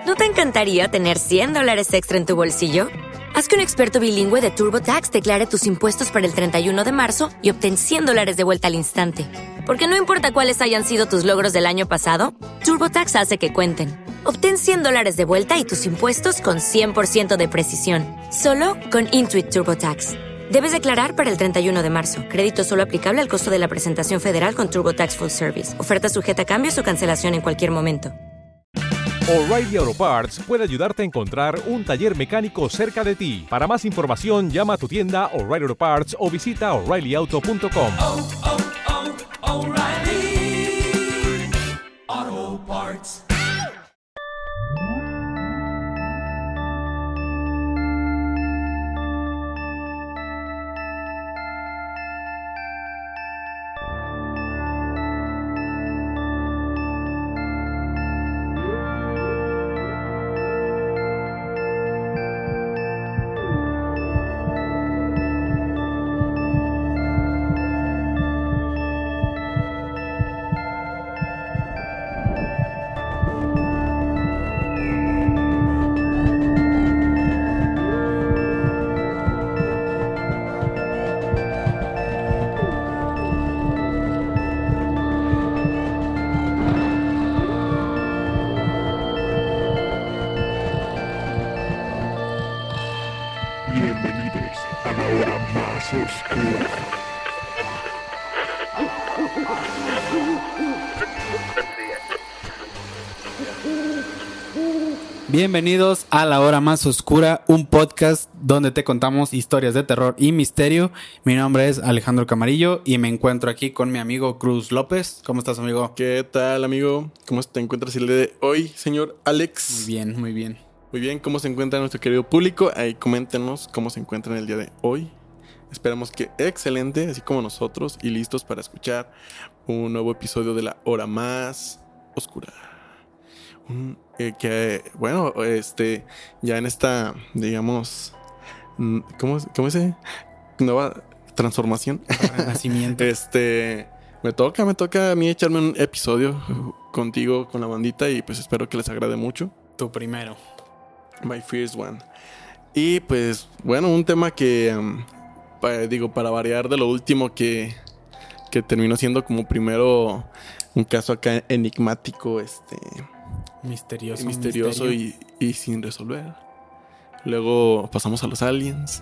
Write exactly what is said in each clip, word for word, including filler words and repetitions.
¿No te encantaría tener cien dólares extra en tu bolsillo? Haz que un experto bilingüe de TurboTax declare tus impuestos para el treinta y uno de marzo y obtén cien dólares de vuelta al instante. Porque no importa cuáles hayan sido tus logros del año pasado, TurboTax hace que cuenten. Obtén cien dólares de vuelta y tus impuestos con cien por ciento de precisión. Solo con Intuit TurboTax. Debes declarar para el treinta y uno de marzo. Crédito solo aplicable al costo de la presentación federal con TurboTax Full Service. Oferta sujeta a cambios o cancelación en cualquier momento. O'Reilly Auto Parts puede ayudarte a encontrar un taller mecánico cerca de ti. Para más información, llama a tu tienda O'Reilly Auto Parts o visita O'Reilly Auto punto com. Oh, oh, oh, O'Reilly Auto Parts. Bienvenidos a la hora más oscura. Bienvenidos a La Hora Más Oscura, un podcast donde te contamos historias de terror y misterio. Mi nombre es Alejandro Camarillo y me encuentro aquí con mi amigo Cruz López. ¿Cómo estás, amigo? ¿Qué tal, amigo? ¿Cómo te encuentras el día de hoy, señor Alex? Muy bien, muy bien. Muy bien, ¿cómo se encuentra nuestro querido público? Ahí coméntenos cómo se encuentran el día de hoy. Esperamos que excelente, así como nosotros, y listos para escuchar un nuevo episodio de La Hora Más Oscura. Un, eh, que, bueno, este, ya en esta, digamos, ¿cómo, cómo se? Nueva transformación. Renacimiento. este, me toca, me toca a mí echarme un episodio contigo, con la bandita, y pues espero que les agrade mucho. Tu primero. My first one. Y pues, bueno, un tema que, um, pa, digo, para variar de lo último que, que terminó siendo como primero un caso acá enigmático, este... Misterioso. Misterioso y, y sin resolver. Luego pasamos a los aliens.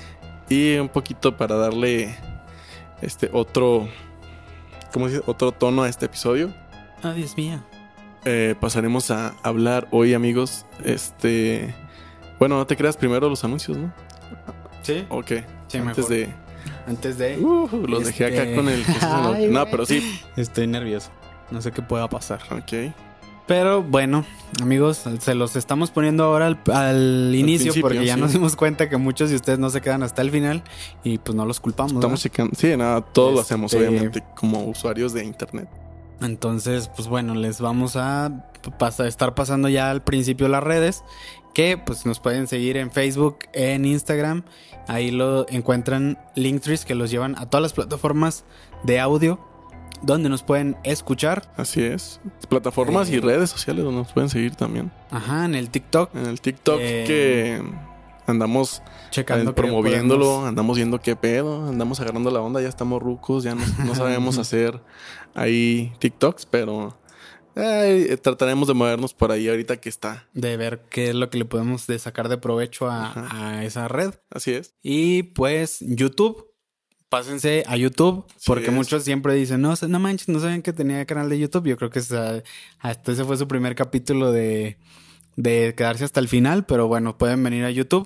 Y un poquito para darle este otro, ¿cómo se dice? Otro tono a este episodio. Oh, Dios mío. Eh, pasaremos a hablar hoy, amigos. Este, bueno, no te creas, primero los anuncios, ¿no? ¿Sí? Ok. Sí, Antes mejor. de. Antes de... Uh, los este... dejé acá con el. Ay, no, güey. pero sí. Estoy nervioso. No sé qué pueda pasar. Ok. Pero bueno, amigos, se los estamos poniendo ahora al, al inicio porque ya sí. nos dimos cuenta que muchos de ustedes no se quedan hasta el final y pues no los culpamos. Estamos ¿no? checando. Sí, nada, todo Este... lo hacemos, obviamente, como usuarios de internet. Entonces, pues bueno, les vamos a pas- estar pasando ya al principio las redes, que pues nos pueden seguir en Facebook, en Instagram. Ahí lo encuentran Linktrees que los llevan a todas las plataformas de audio donde nos pueden escuchar. Así es. Plataformas Eh, y redes sociales donde nos pueden seguir también. Ajá, en el TikTok. En el TikTok Eh, que andamos Checando eh, que promoviéndolo, podemos- andamos viendo qué pedo, andamos agarrando la onda, ya estamos rucos, ya no, no sabemos hacer ahí TikToks, pero eh, trataremos de movernos por ahí ahorita que está. de ver qué es lo que le podemos de sacar de provecho a, Ajá. a esa red. Así es. Y pues YouTube, pásense a YouTube, Sí porque es. muchos siempre dicen, no, no manches, no saben que tenía canal de YouTube. Yo creo que esa, hasta ese fue su primer capítulo de, de quedarse hasta el final, pero bueno, pueden venir a YouTube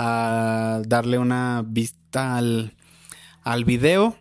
a darle una vista al, al video,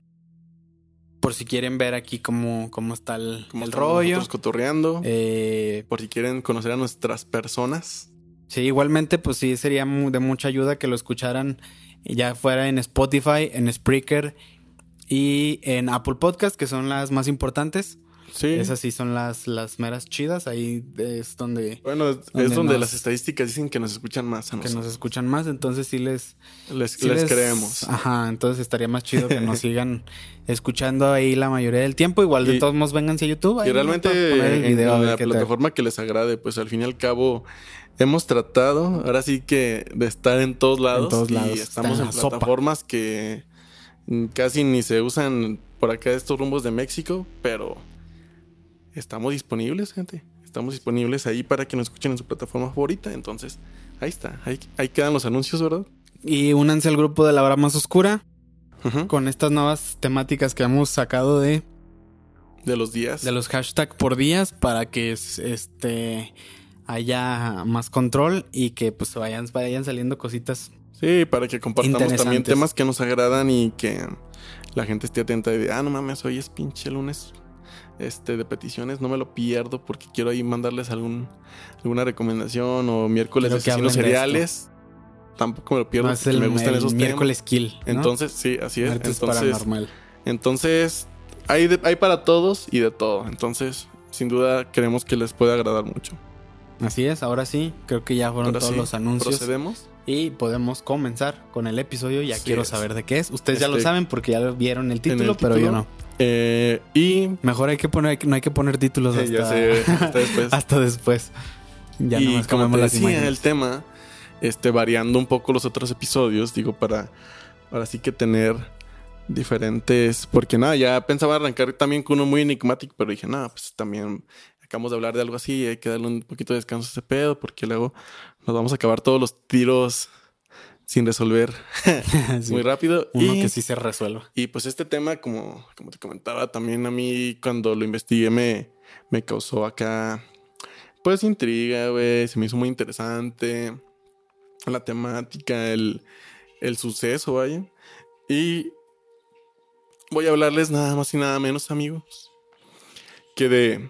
por si quieren ver aquí cómo, cómo está el, Como el estamos rollo. nosotros cotorreando, Eh, por si quieren conocer a nuestras personas. Sí, igualmente, pues sí, sería mu- de mucha ayuda que lo escucharan ya fuera en Spotify, en Spreaker y en Apple Podcast, que son las más importantes. Sí. Esas sí son las, las meras chidas. Ahí es donde... Bueno, es donde donde nos- las estadísticas dicen que nos escuchan más a que nosotros. nos escuchan más, entonces sí les... Les, sí les creemos. Ajá, entonces estaría más chido que nos sigan escuchando ahí la mayoría del tiempo. Igual de Y- todos modos, vénganse a YouTube. ahí Y realmente para poner el en, video, a en ver la qué tal. plataforma que les agrade, pues al fin y al cabo hemos tratado, ahora sí que de estar en todos lados. todos lados, y está estamos en en la sopa. plataformas que mm, casi ni se usan por acá estos rumbos de México, pero estamos disponibles, gente. Estamos disponibles ahí para que nos escuchen en su plataforma favorita. Entonces, ahí está. Ahí, ahí quedan los anuncios, ¿verdad? Y únanse al grupo de La Hora Más Oscura Ujú. con estas nuevas temáticas que hemos sacado de, De los días. de los hashtags por días para que este haya más control y que pues vayan, vayan saliendo cositas. Sí, para que compartamos también Interesantes. temas que nos agradan y que la gente esté atenta de, ah, no mames, hoy es pinche lunes este, de peticiones, no me lo pierdo porque quiero ahí mandarles algún, alguna recomendación o miércoles Quiero de que asesinos hablen de seriales. Tampoco me lo pierdo No, es porque el, me gustan el esos miércoles kill, temas. ¿no? Entonces, sí, así es. Martes Entonces, paranormal. entonces hay, de- hay para todos y de todo. Entonces, sin duda, queremos que les pueda agradar mucho. Así es, ahora sí, creo que ya fueron Ahora todos sí, los anuncios. procedemos. Y podemos comenzar con el episodio. Ya Así quiero es. saber de qué es. Ustedes ya lo Este, saben porque ya lo vieron el en título, el pero yo título. no. Eh, y Mejor hay que poner, no hay que poner títulos Sí, ya hasta, sé, hasta después. hasta después. Ya y nomás como cambiamos te las decía, imágenes. el tema, este, variando un poco los otros episodios, digo, para, para así que tener diferentes, porque nada, ya pensaba arrancar también con uno muy enigmático, pero dije, nada, pues también acabamos de hablar de algo así, hay que darle un poquito de descanso a ese pedo, porque luego nos vamos a acabar todos los tiros sin resolver Sí, muy rápido. uno y, que sí se resuelva. y pues este tema, como, como te comentaba, también a mí cuando lo investigué me, me causó acá, pues intriga, güey, se me hizo muy interesante la temática, el, el suceso, vaya. Y voy a hablarles nada más y nada menos, amigos, que de...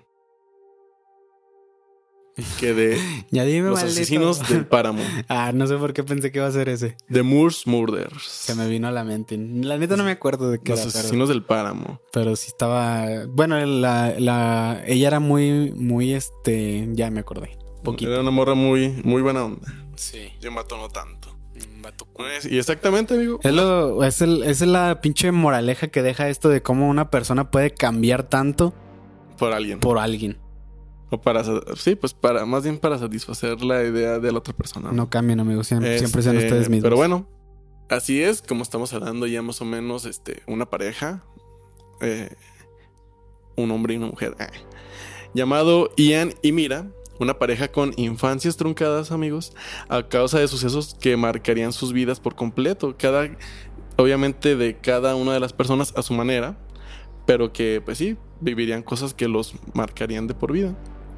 que de Ya dime, los maldito. asesinos del páramo. Ah, no sé por qué pensé que iba a ser ese. The Moors Murders. Se me vino a la mente. La neta no me acuerdo de qué Los era, pero, asesinos del páramo. pero sí estaba... Bueno, la, la, ella era muy, muy, este... Ya me acordé. Poquito. Era una morra muy, muy buena onda. Sí. Yo mato no tanto. Un vato cool. Pues, y exactamente, amigo. Es, lo, es, el, es la pinche moraleja que deja esto de cómo una persona puede cambiar tanto Por alguien. por alguien. O para... Sí, pues para... Más bien para satisfacer la idea de la otra persona. No cambien, amigos. Siempre, Este, siempre sean ustedes mismos. Pero bueno, así es, como estamos hablando ya más o menos, este, una pareja, eh, un hombre y una mujer, eh, llamado Ian y Mira, una pareja con infancias truncadas, amigos, a causa de sucesos que marcarían sus vidas por completo, cada, obviamente de cada una de las personas a su manera, pero que pues sí, vivirían cosas que los marcarían de por vida.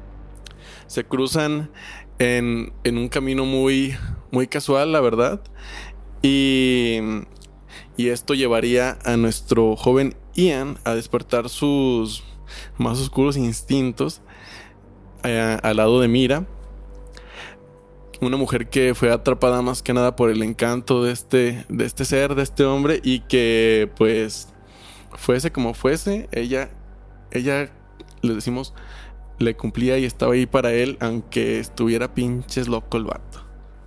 Se cruzan en, en un camino muy, muy casual, la verdad. Y, y esto llevaría a nuestro joven Ian a despertar sus más oscuros instintos eh, al lado de Mira. Una mujer que fue atrapada más que nada por el encanto de este, de este ser, de este hombre. Y que pues fuese como fuese, ella, ella, le decimos... le cumplía y estaba ahí para él, aunque estuviera pinches loco el vato.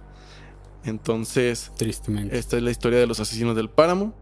Entonces, Tristemente. esta es la historia de los asesinos del páramo,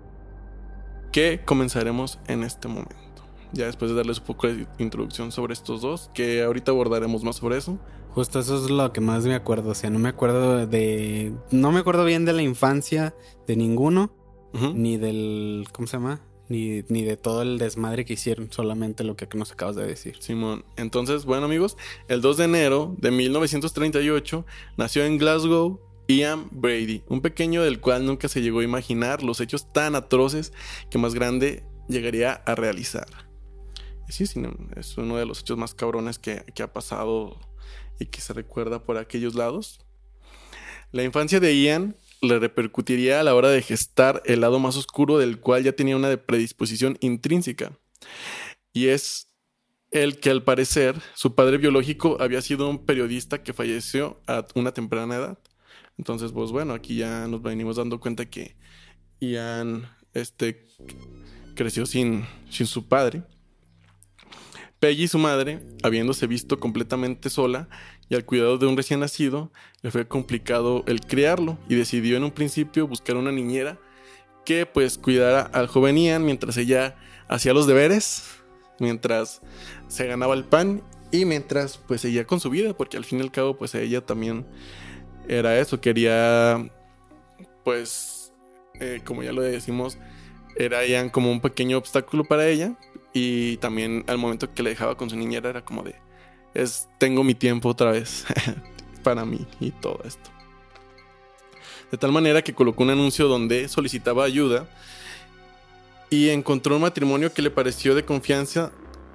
que comenzaremos en este momento. Ya después de darles un poco de introducción sobre estos dos, que ahorita abordaremos más sobre eso. Justo eso es lo que más me acuerdo. O sea, no me acuerdo de... No me acuerdo bien de la infancia de ninguno. Ujú. Ni del... ¿Cómo se llama? Ni, ni de todo el desmadre que hicieron. Solamente lo que nos acabas de decir. Simón. Entonces, bueno, amigos, el dos de enero de mil novecientos treinta y ocho nació en Glasgow Ian Brady, un pequeño del cual nunca se llegó a imaginar los hechos tan atroces que más grande llegaría a realizar. Y sí, sí, no, es uno de los hechos más cabrones que, que ha pasado y que se recuerda por aquellos lados. La infancia de Ian le repercutiría a la hora de gestar el lado más oscuro del cual ya tenía una predisposición intrínseca. Y es el que al parecer su padre biológico había sido un periodista que falleció a una temprana edad. Entonces, pues bueno, aquí ya nos venimos dando cuenta que Ian este, creció sin, sin su padre. Peggy, su madre, habiéndose visto completamente sola y al cuidado de un recién nacido, le fue complicado el criarlo y decidió en un principio buscar una niñera que pues cuidara al joven Ian mientras ella hacía los deberes, mientras se ganaba el pan y mientras pues seguía con su vida, porque al fin y al cabo pues ella también era eso, quería pues eh, como ya lo decimos, era Ian como un pequeño obstáculo para ella. Y también al momento que le dejaba con su niñera era como de, es, tengo mi tiempo otra vez para mí y todo esto. De tal manera que colocó un anuncio donde solicitaba ayuda y encontró un matrimonio que le pareció de confianza,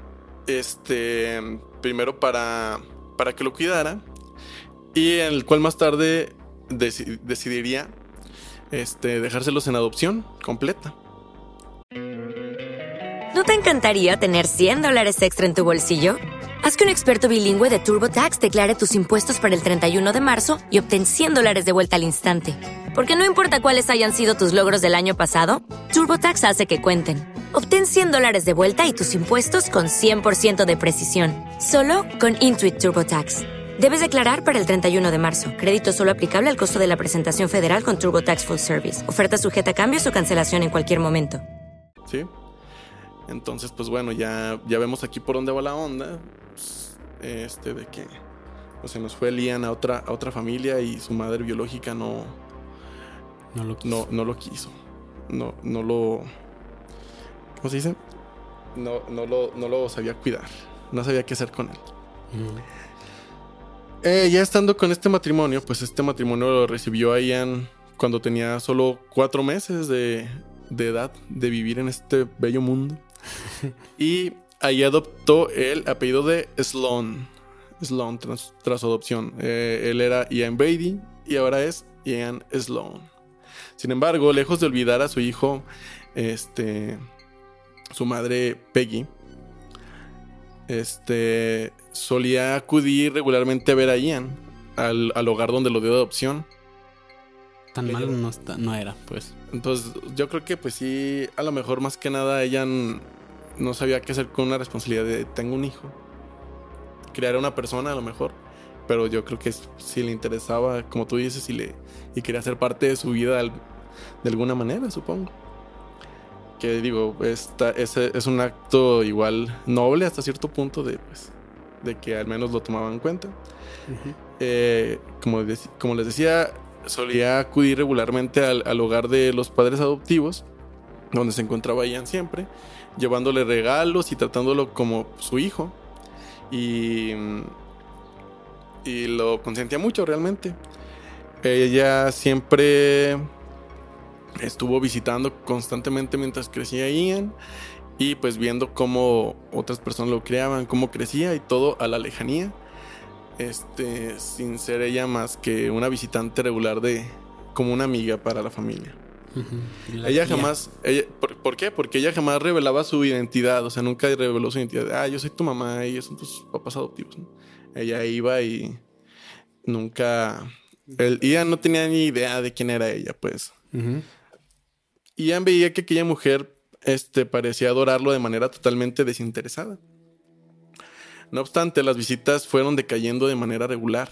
este, primero para, para que lo cuidara, y en el cual más tarde dec- decidiría este, dejárselos en adopción completa. ¿No te encantaría tener cien dólares extra en tu bolsillo? Haz que un experto bilingüe de TurboTax declare tus impuestos para el treinta y uno de marzo y obtén cien dólares de vuelta al instante. Porque no importa cuáles hayan sido tus logros del año pasado, TurboTax hace que cuenten. Obtén cien dólares de vuelta y tus impuestos con cien por ciento de precisión. Solo con Intuit TurboTax. Debes declarar para el treinta y uno de marzo. Crédito solo aplicable al costo de la presentación federal con TurboTax Full Service. Oferta sujeta a cambios o cancelación en cualquier momento. ¿Sí? Entonces, pues bueno, ya, ya vemos aquí por dónde va la onda. Pues, este, de que pues, se nos fue Ian a otra, a otra familia y su madre biológica no, No lo quiso. no, no lo quiso. No, no lo. ¿Cómo se dice? No, no, lo, no lo sabía cuidar. No sabía qué hacer con él. Mm. Eh, ya estando con este matrimonio, pues este matrimonio lo recibió a Ian cuando tenía solo cuatro meses de, de edad de vivir en este bello mundo. Y ahí adoptó el apellido de Sloan. Sloan tras, tras su adopción. Eh, él era Ian Brady y ahora es Ian Sloan. Sin embargo, lejos de olvidar a su hijo, este, su madre Peggy, este, solía acudir regularmente a ver a Ian al, al hogar donde lo dio de adopción. Tan mal no, está, no era, pues. Entonces, yo creo que pues sí, a lo mejor más que nada ella n- no sabía qué hacer con una responsabilidad de tengo un hijo. Crear a una persona a lo mejor. Pero yo creo que si le interesaba, como tú dices, y, le, y quería ser parte de su vida al- de alguna manera, supongo. Que digo, esta, ese es un acto igual noble hasta cierto punto de, pues, de que al menos lo tomaban en cuenta. Uh-huh. Eh, como, de- como les decía, solía acudir regularmente al, al hogar de los padres adoptivos, donde se encontraba Ian siempre, llevándole regalos y tratándolo como su hijo. Y, y lo consentía mucho realmente. Ella siempre estuvo visitando constantemente mientras crecía Ian, y pues viendo cómo otras personas lo criaban, cómo crecía y todo a la lejanía. Este, sin ser ella más que una visitante regular de, como una amiga para la familia. Uh-huh. La Ella tía. jamás, ella, ¿por, ¿por qué? Porque ella jamás revelaba su identidad, o sea, nunca reveló su identidad. Ah, yo soy tu mamá y ellos son tus papás adoptivos, ¿no? Ella iba y nunca, el, Ian no tenía ni idea de quién era ella, pues. Uh-huh. Ian veía que aquella mujer, este, parecía adorarlo de manera totalmente desinteresada. No obstante, las visitas fueron decayendo de manera regular.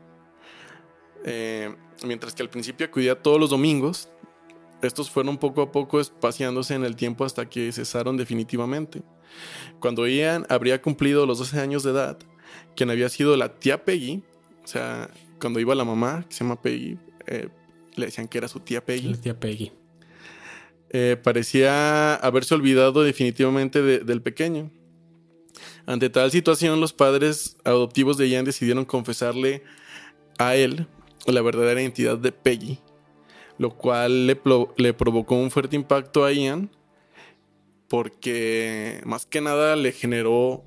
Eh, mientras que al principio acudía todos los domingos, estos fueron poco a poco espaciándose en el tiempo hasta que cesaron definitivamente. Cuando Ian habría cumplido los doce años de edad, quien había sido la tía Peggy, o sea, cuando iba la mamá, que se llama Peggy, eh, le decían que era su tía Peggy. La tía Peggy. Eh, parecía haberse olvidado definitivamente de, del pequeño. Ante tal situación, los padres adoptivos de Ian decidieron confesarle a él la verdadera identidad de Peggy, lo cual le, plo- le provocó un fuerte impacto a Ian, porque más que nada le generó,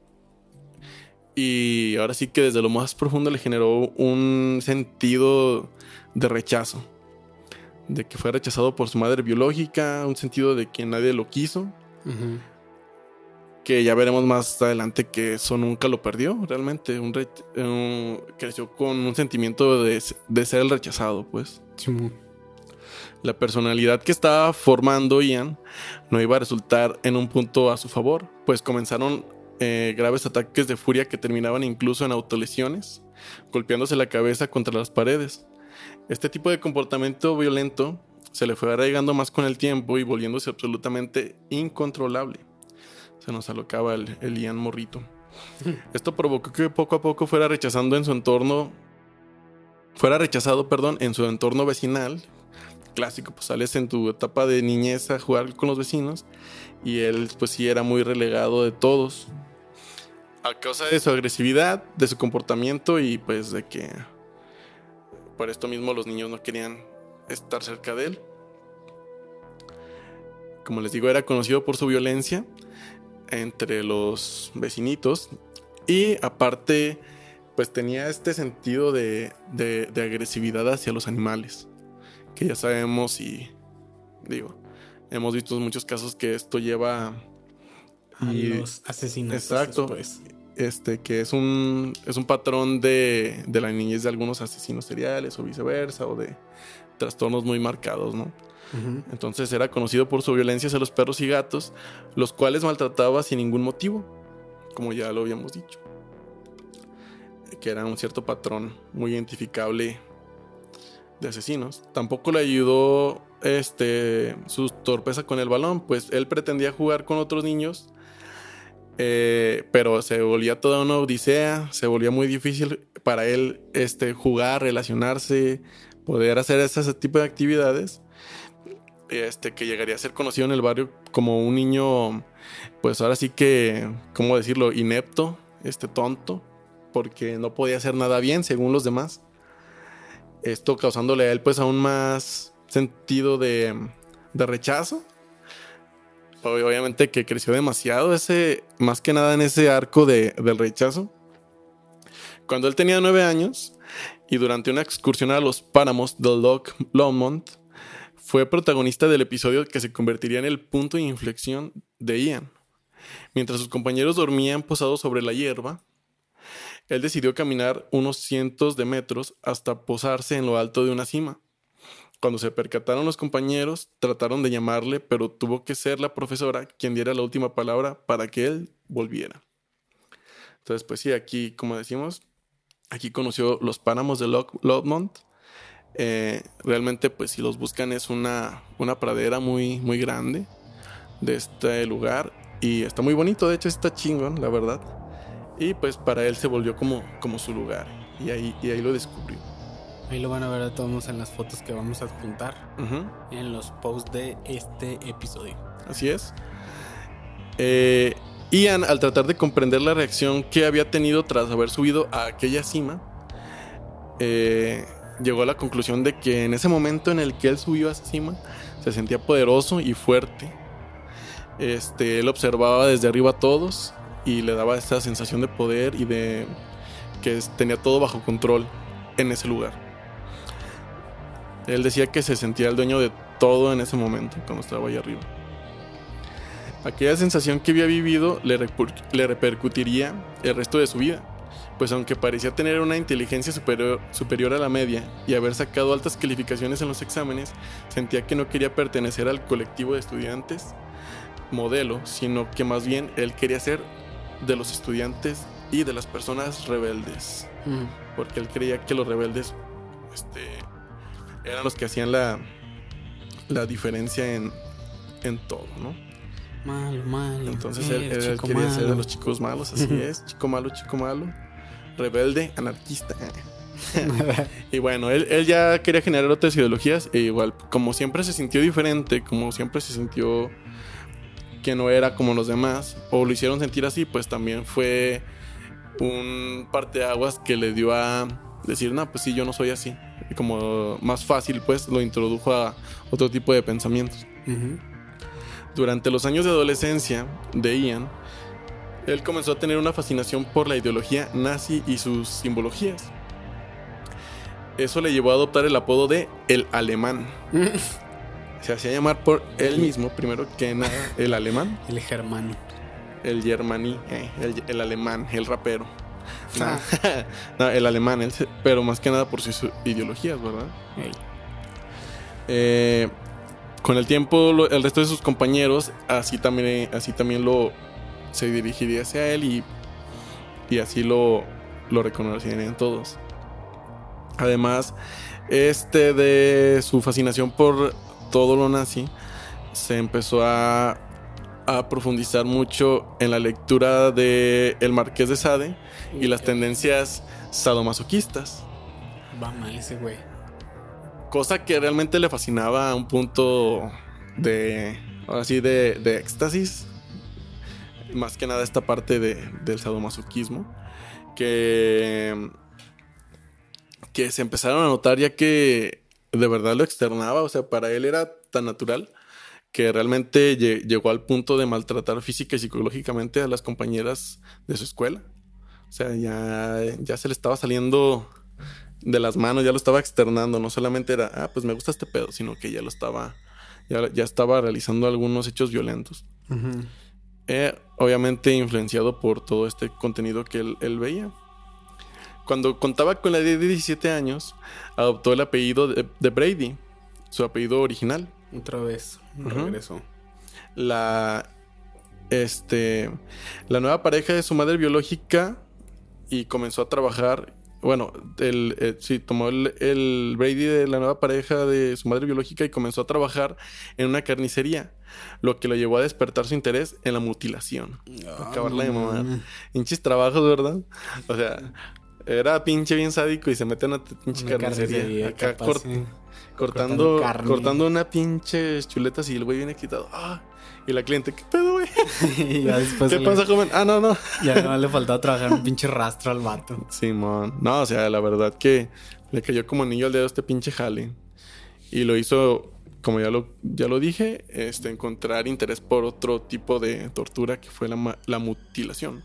y ahora sí que desde lo más profundo le generó un sentido de rechazo, de que fue rechazado por su madre biológica, un sentido de que nadie lo quiso. Uh-huh. Que ya veremos más adelante que eso nunca lo perdió realmente. Un re- un- creció con un sentimiento de, de ser el rechazado, pues. Sí. La personalidad que estaba formando Ian no iba a resultar en un punto a su favor, pues comenzaron eh, graves ataques de furia que terminaban incluso en autolesiones, golpeándose la cabeza contra las paredes. Este tipo de comportamiento violento se le fue arraigando más con el tiempo y volviéndose absolutamente incontrolable. Se nos alocaba el, el Ian morrito. Esto provocó que poco a poco fuera rechazando en su entorno, fuera rechazado, perdón, en su entorno vecinal. Clásico, pues sales en tu etapa de niñez a jugar con los vecinos y él pues sí era muy relegado de todos a causa de su agresividad, de su comportamiento y pues de que por esto mismo los niños no querían estar cerca de él. Como les digo, era conocido por su violencia entre los vecinitos y aparte pues tenía este sentido de, de, de agresividad hacia los animales, que ya sabemos y digo, hemos visto muchos casos que esto lleva a y, los asesinos. exacto, Después. este que es un es un patrón de, de la niñez de algunos asesinos seriales o viceversa o de trastornos muy marcados, ¿no? Uh-huh. Entonces era conocido por su violencia hacia los perros y gatos, los cuales maltrataba sin ningún motivo, como ya lo habíamos dicho, que era un cierto patrón muy identificable de asesinos. Tampoco le ayudó este, su torpeza con el balón, pues él pretendía jugar con otros niños, eh, pero se volvía toda una odisea, se volvía muy difícil para él este, jugar, relacionarse, poder hacer ese tipo de actividades, este, que llegaría a ser conocido en el barrio como un niño, pues ahora sí que, ¿cómo decirlo?, inepto, este, tonto, porque no podía hacer nada bien según los demás. Esto causándole a él pues aún más sentido de, de rechazo. Obviamente que creció demasiado ese, más que nada en ese arco de, del rechazo. Cuando él tenía nueve años y durante una excursión a los páramos del Loch Lomond, fue protagonista del episodio que se convertiría en el punto de inflexión de Ian. Mientras sus compañeros dormían posados sobre la hierba, él decidió caminar unos cientos de metros hasta posarse en lo alto de una cima. Cuando se percataron los compañeros, trataron de llamarle, pero tuvo que ser la profesora quien diera la última palabra para que él volviera. Entonces, pues sí, aquí, como decimos, aquí conoció los páramos de Loch Lomond. Eh, realmente, pues si los buscan, es una, una pradera muy, muy grande de este lugar. Y está muy bonito, de hecho está chingón, la verdad. Y pues para él se volvió como, como su lugar. Y ahí, y ahí lo descubrió. Ahí lo van a ver a todos en las fotos que vamos a adjuntar Uh-huh. en los posts de este episodio. Así es. Eh, Ian, al tratar de comprender la reacción que había tenido tras haber subido a aquella cima, eh, llegó a la conclusión de que en ese momento en el que él subió a esa cima, se sentía poderoso y fuerte. Este, él observaba desde arriba a todos y le daba esa sensación de poder y de que tenía todo bajo control en ese lugar. Él decía que se sentía el dueño de todo en ese momento, cuando estaba ahí arriba. Aquella sensación que había vivido le, reper- le repercutiría el resto de su vida, pues aunque parecía tener una inteligencia superior, superior a la media y haber sacado altas calificaciones en los exámenes, sentía que no quería pertenecer al colectivo de estudiantes modelo, sino que más bien él quería ser de los estudiantes y de las personas rebeldes, Mm. porque él creía que los rebeldes este, eran los que hacían la, la diferencia en, en todo, ¿no? Malo, malo. Entonces él, eres él chico quería malo. ser de los chicos malos, así es, chico malo, chico malo, rebelde, anarquista. Y bueno, él, él ya quería generar otras ideologías e igual, como siempre se sintió diferente, como siempre se sintió que no era como los demás, o lo hicieron sentir así, pues también fue un parteaguas que le dio a decir, no, pues sí, yo no soy así. Y como más fácil, pues lo introdujo a otro tipo de pensamientos. Uh-huh. Durante los años de adolescencia de Ian, él comenzó a tener una fascinación por la ideología nazi y sus simbologías. Eso le llevó a adoptar el apodo de El Alemán. Se hacía llamar por él mismo, primero que nada, el alemán. El germano. El germaní, eh, el, el alemán, el rapero. No, no, el alemán, él se- pero más que nada por sus ideologías, ¿verdad? Ey. Eh, con el tiempo, lo- el resto de sus compañeros así también, así también lo, se dirigiría hacia él y, y así lo, lo reconocerían todos. Además, este de su fascinación por todo lo nazi, se empezó a, a profundizar mucho en la lectura de El Marqués de Sade y las tendencias sadomasoquistas. Va mal ese güey. Cosa que realmente le fascinaba a un punto de, así de, de éxtasis. Más que nada esta parte de, del sadomasoquismo. Que, que se empezaron a notar ya que de verdad lo externaba. O sea, para él era tan natural que realmente lle- llegó al punto de maltratar física y psicológicamente a las compañeras de su escuela. O sea, ya, ya se le estaba saliendo de las manos, ya lo estaba externando. No solamente era, ah, pues me gusta este pedo, sino que ya lo estaba, ya, ya estaba realizando algunos hechos violentos. Uh-huh. Eh, obviamente influenciado por todo este contenido que él, él veía. Cuando contaba con la edad de diecisiete años, adoptó el apellido de, de Brady, su apellido original. Otra vez, Ujú. regresó. La, este, la nueva pareja de su madre biológica y comenzó a trabajar. Bueno, el, eh, sí, tomó el, el Brady de la nueva pareja de su madre biológica y comenzó a trabajar en una carnicería, lo que lo llevó a despertar su interés en la mutilación. Ah, Acabarla de no mamar. mames. Pinches trabajos, ¿verdad? O sea, era pinche bien sádico y se mete en una pinche Una carnicería. carnicería, Acá capaz, cort- sí. cortando, Cortando carne. cortando una pinche chuletas y el güey viene quitado. Ah, y la cliente, ¿qué pedo, güey? Y ya después ¿Qué le- pasa, joven? Ah, no, no. Ya no le faltaba trabajar un pinche rastro al vato. Simón. No, o sea, la verdad que le cayó como anillo al dedo este pinche jale. Y lo hizo, como ya lo, ya lo dije, este, encontrar interés por otro tipo de tortura que fue la, ma- la mutilación.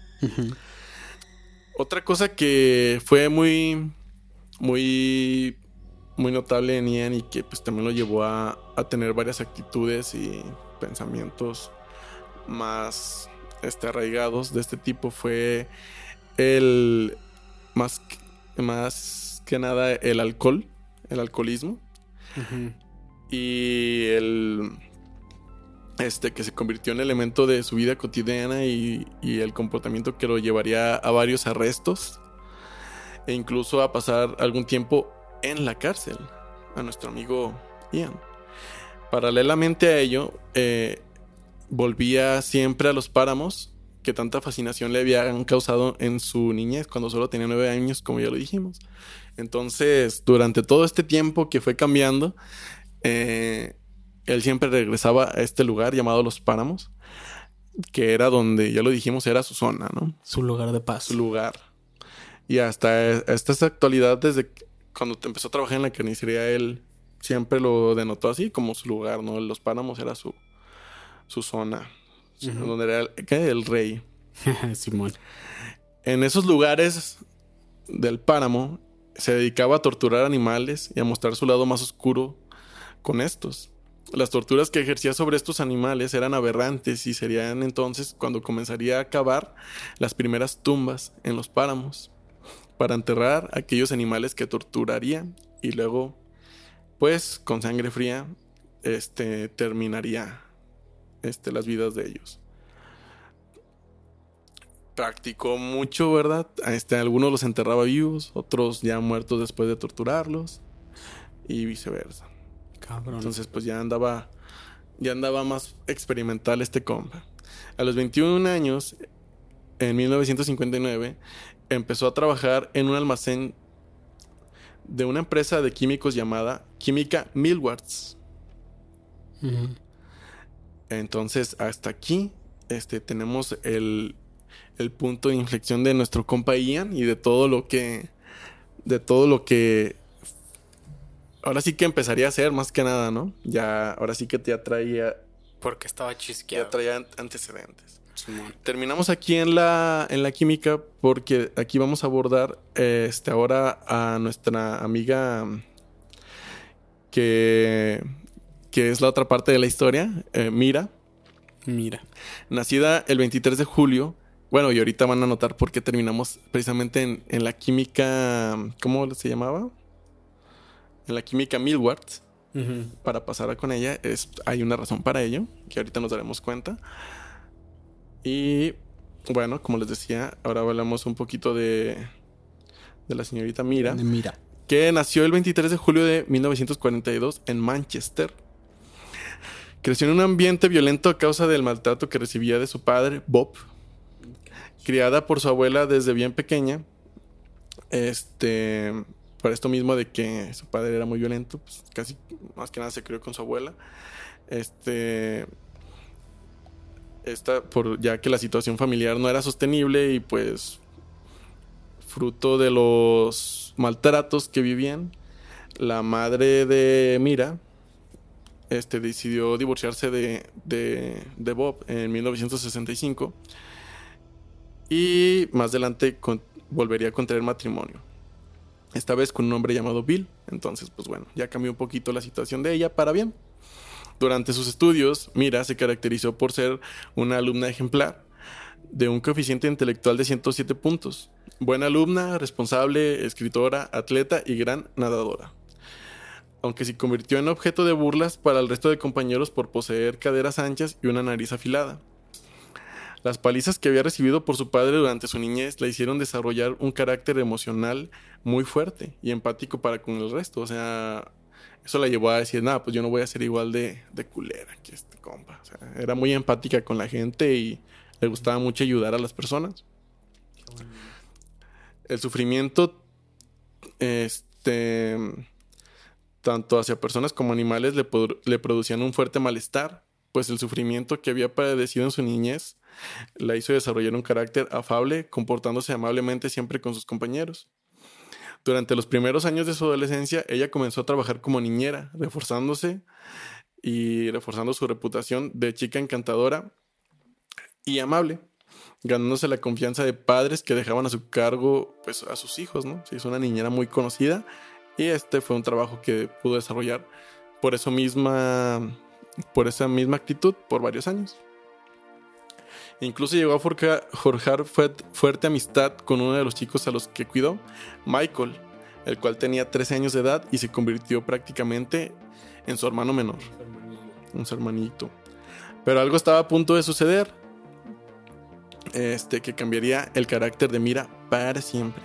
Otra cosa que fue muy, muy, muy notable en Ian y que pues también lo llevó a, a tener varias actitudes y pensamientos más este, arraigados de este tipo fue el más, que- más que nada el alcohol, el alcoholismo Uh-huh. y el este que se convirtió en elemento de su vida cotidiana y, y el comportamiento que lo llevaría a varios arrestos e incluso a pasar algún tiempo en la cárcel a nuestro amigo Ian. Paralelamente a ello, eh, volvía siempre a los páramos que tanta fascinación le habían causado en su niñez cuando solo tenía nueve años, como ya lo dijimos. Entonces, durante todo este tiempo que fue cambiando, eh, él siempre regresaba a este lugar llamado Los Páramos, que era donde, ya lo dijimos, era su zona, ¿no? Su lugar de paz. Su lugar. Y hasta esta actualidad, desde cuando empezó a trabajar en la carnicería, él siempre lo denotó así, como su lugar, ¿no? Los Páramos era su, su zona, Ujú. donde era el, ¿qué? El rey. Simón. En esos lugares del páramo se dedicaba a torturar animales y a mostrar su lado más oscuro con estos. Las torturas que ejercía sobre estos animales eran aberrantes y serían entonces cuando comenzaría a cavar las primeras tumbas en los páramos para enterrar a aquellos animales que torturaría y luego, pues, con sangre fría, este, terminaría este, las vidas de ellos. Practicó mucho, ¿verdad? Este, algunos los enterraba vivos, otros ya muertos después de torturarlos y viceversa. Cabrón. Entonces, pues ya andaba, ya andaba más experimental este compa. A los veintiún años, en mil novecientos cincuenta y nueve, empezó a trabajar en un almacén de una empresa de químicos llamada Química Millwards. Ujú. Entonces, hasta aquí, este, tenemos el, el punto de inflexión de nuestro compa Ian y de todo lo que, de todo lo que ahora sí que empezaría a hacer más que nada, ¿no? Ya, ahora sí que ya traía, Porque estaba chisqueado. ya traía antecedentes. Simón. Terminamos aquí en la, en la química porque aquí vamos a abordar este, ahora a nuestra amiga que, que es la otra parte de la historia, eh, Mira, Mira. nacida el veintitrés de julio. Bueno, y ahorita van a notar por qué terminamos precisamente en, en la química, ¿cómo se llamaba? En la química Millwards, Ujú. para pasar a con ella. Es, hay una razón para ello, que ahorita nos daremos cuenta. Y bueno, como les decía, ahora hablamos un poquito de, de la señorita Mira, De Mira. que nació el veintitrés de julio de mil novecientos cuarenta y dos en Manchester. Creció en un ambiente violento a causa del maltrato que recibía de su padre, Bob. Criada por su abuela desde bien pequeña, este, por esto mismo de que su padre era muy violento, pues casi más que nada se crió con su abuela. Este, esta, por, ya que la situación familiar no era sostenible y pues fruto de los maltratos que vivían, la madre de Mira este, decidió divorciarse de, de, de Bob en mil novecientos sesenta y cinco y más adelante con, volvería a contraer matrimonio, esta vez con un hombre llamado Bill. Entonces pues bueno, ya cambió un poquito la situación de ella para bien. Durante sus estudios, Mira se caracterizó por ser una alumna ejemplar, de un coeficiente intelectual de ciento siete puntos. Buena alumna, responsable, escritora, atleta y gran nadadora. Aunque se convirtió en objeto de burlas para el resto de compañeros por poseer caderas anchas y una nariz afilada. Las palizas que había recibido por su padre durante su niñez la hicieron desarrollar un carácter emocional muy fuerte y empático para con el resto. O sea, eso la llevó a decir, nada, pues yo no voy a ser igual de, de culera que este compa. O sea, era muy empática con la gente y le gustaba mucho ayudar a las personas. El sufrimiento, este, tanto hacia personas como animales, le, le producían un fuerte malestar, pues el sufrimiento que había padecido en su niñez la hizo desarrollar un carácter afable, comportándose amablemente siempre con sus compañeros. Durante los primeros años de su adolescencia, ella comenzó a trabajar como niñera, reforzándose y reforzando su reputación de chica encantadora y amable, ganándose la confianza de padres que dejaban a su cargo pues, a sus hijos, ¿no? Se hizo una niñera muy conocida y este fue un trabajo que pudo desarrollar por eso misma, por esa misma actitud por varios años. Incluso llegó a forjar, forjar fuerte, fuerte amistad con uno de los chicos a los que cuidó, Michael, el cual tenía trece años de edad y se convirtió prácticamente en su hermano menor, un su hermanito. Pero algo estaba a punto de suceder, este, que cambiaría el carácter de Mira para siempre.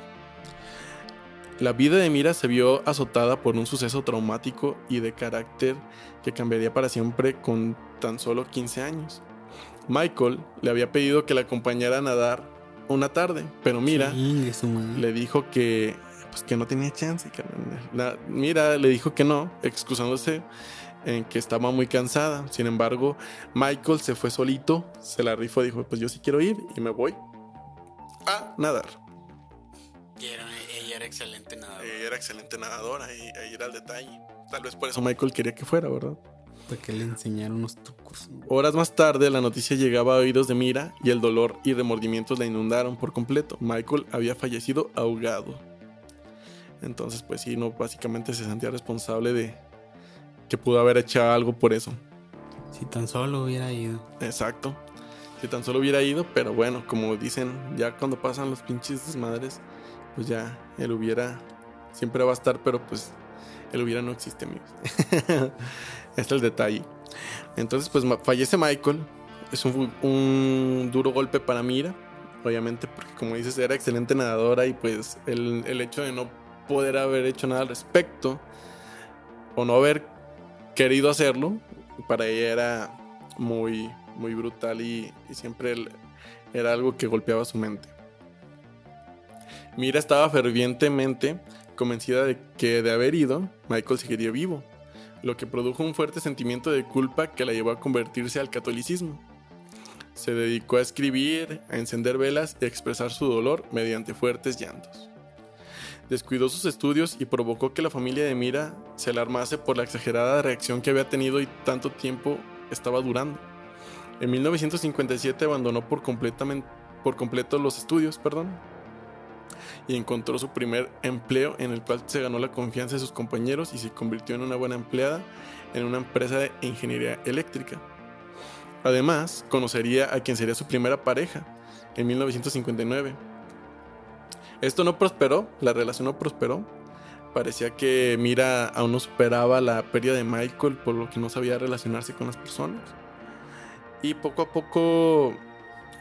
La vida de Mira se vio azotada por un suceso traumático y de carácter que cambiaría para siempre con tan solo quince años. Michael le había pedido que la acompañara a nadar una tarde, pero Mira Sí, le dijo que, pues, que no tenía chance. La, Mira le dijo que no, excusándose en que estaba muy cansada. Sin embargo, Michael se fue solito, se la rifó, dijo, pues yo sí quiero ir y me voy a nadar. Y era, ella era excelente nadadora. Ella era excelente nadadora, ahí, ahí era el detalle. Tal vez por eso Michael quería que fuera, ¿verdad? Porque le enseñaron unos trucos. Horas más tarde, la noticia llegaba a oídos de Mira y el dolor y remordimientos la inundaron por completo. Michael había fallecido ahogado. Entonces, pues sí, no, básicamente se sentía responsable de que pudo haber hecho algo por eso. Si tan solo hubiera ido. Exacto. Si tan solo hubiera ido, pero bueno, como dicen, ya cuando pasan los pinches desmadres, pues ya el hubiera siempre va a estar, pero pues el hubiera no existe, amigos. Este es el detalle. Entonces, pues fallece Michael. Es un, un duro golpe para Mira, obviamente, porque como dices, era excelente nadadora y pues el, el hecho de no poder haber hecho nada al respecto o no haber querido hacerlo, para ella era muy, muy brutal y, y siempre el, era algo que golpeaba su mente. Mira estaba fervientemente convencida de que de haber ido, Michael seguiría vivo, lo que produjo un fuerte sentimiento de culpa que la llevó a convertirse al catolicismo. Se dedicó a escribir, a encender velas y a expresar su dolor mediante fuertes llantos. Descuidó sus estudios y provocó que la familia de Mira se alarmase por la exagerada reacción que había tenido y tanto tiempo estaba durando. En mil novecientos cincuenta y siete abandonó por, completamente, por completo los estudios, perdón, y encontró su primer empleo, en el cual se ganó la confianza de sus compañeros y se convirtió en una buena empleada en una empresa de ingeniería eléctrica. Además, conocería a quien sería su primera pareja en mil novecientos cincuenta y nueve. Esto no prosperó, la relación no prosperó. Parecía que Mira aún no superaba la pérdida de Michael, por lo que no sabía relacionarse con las personas. Y poco a poco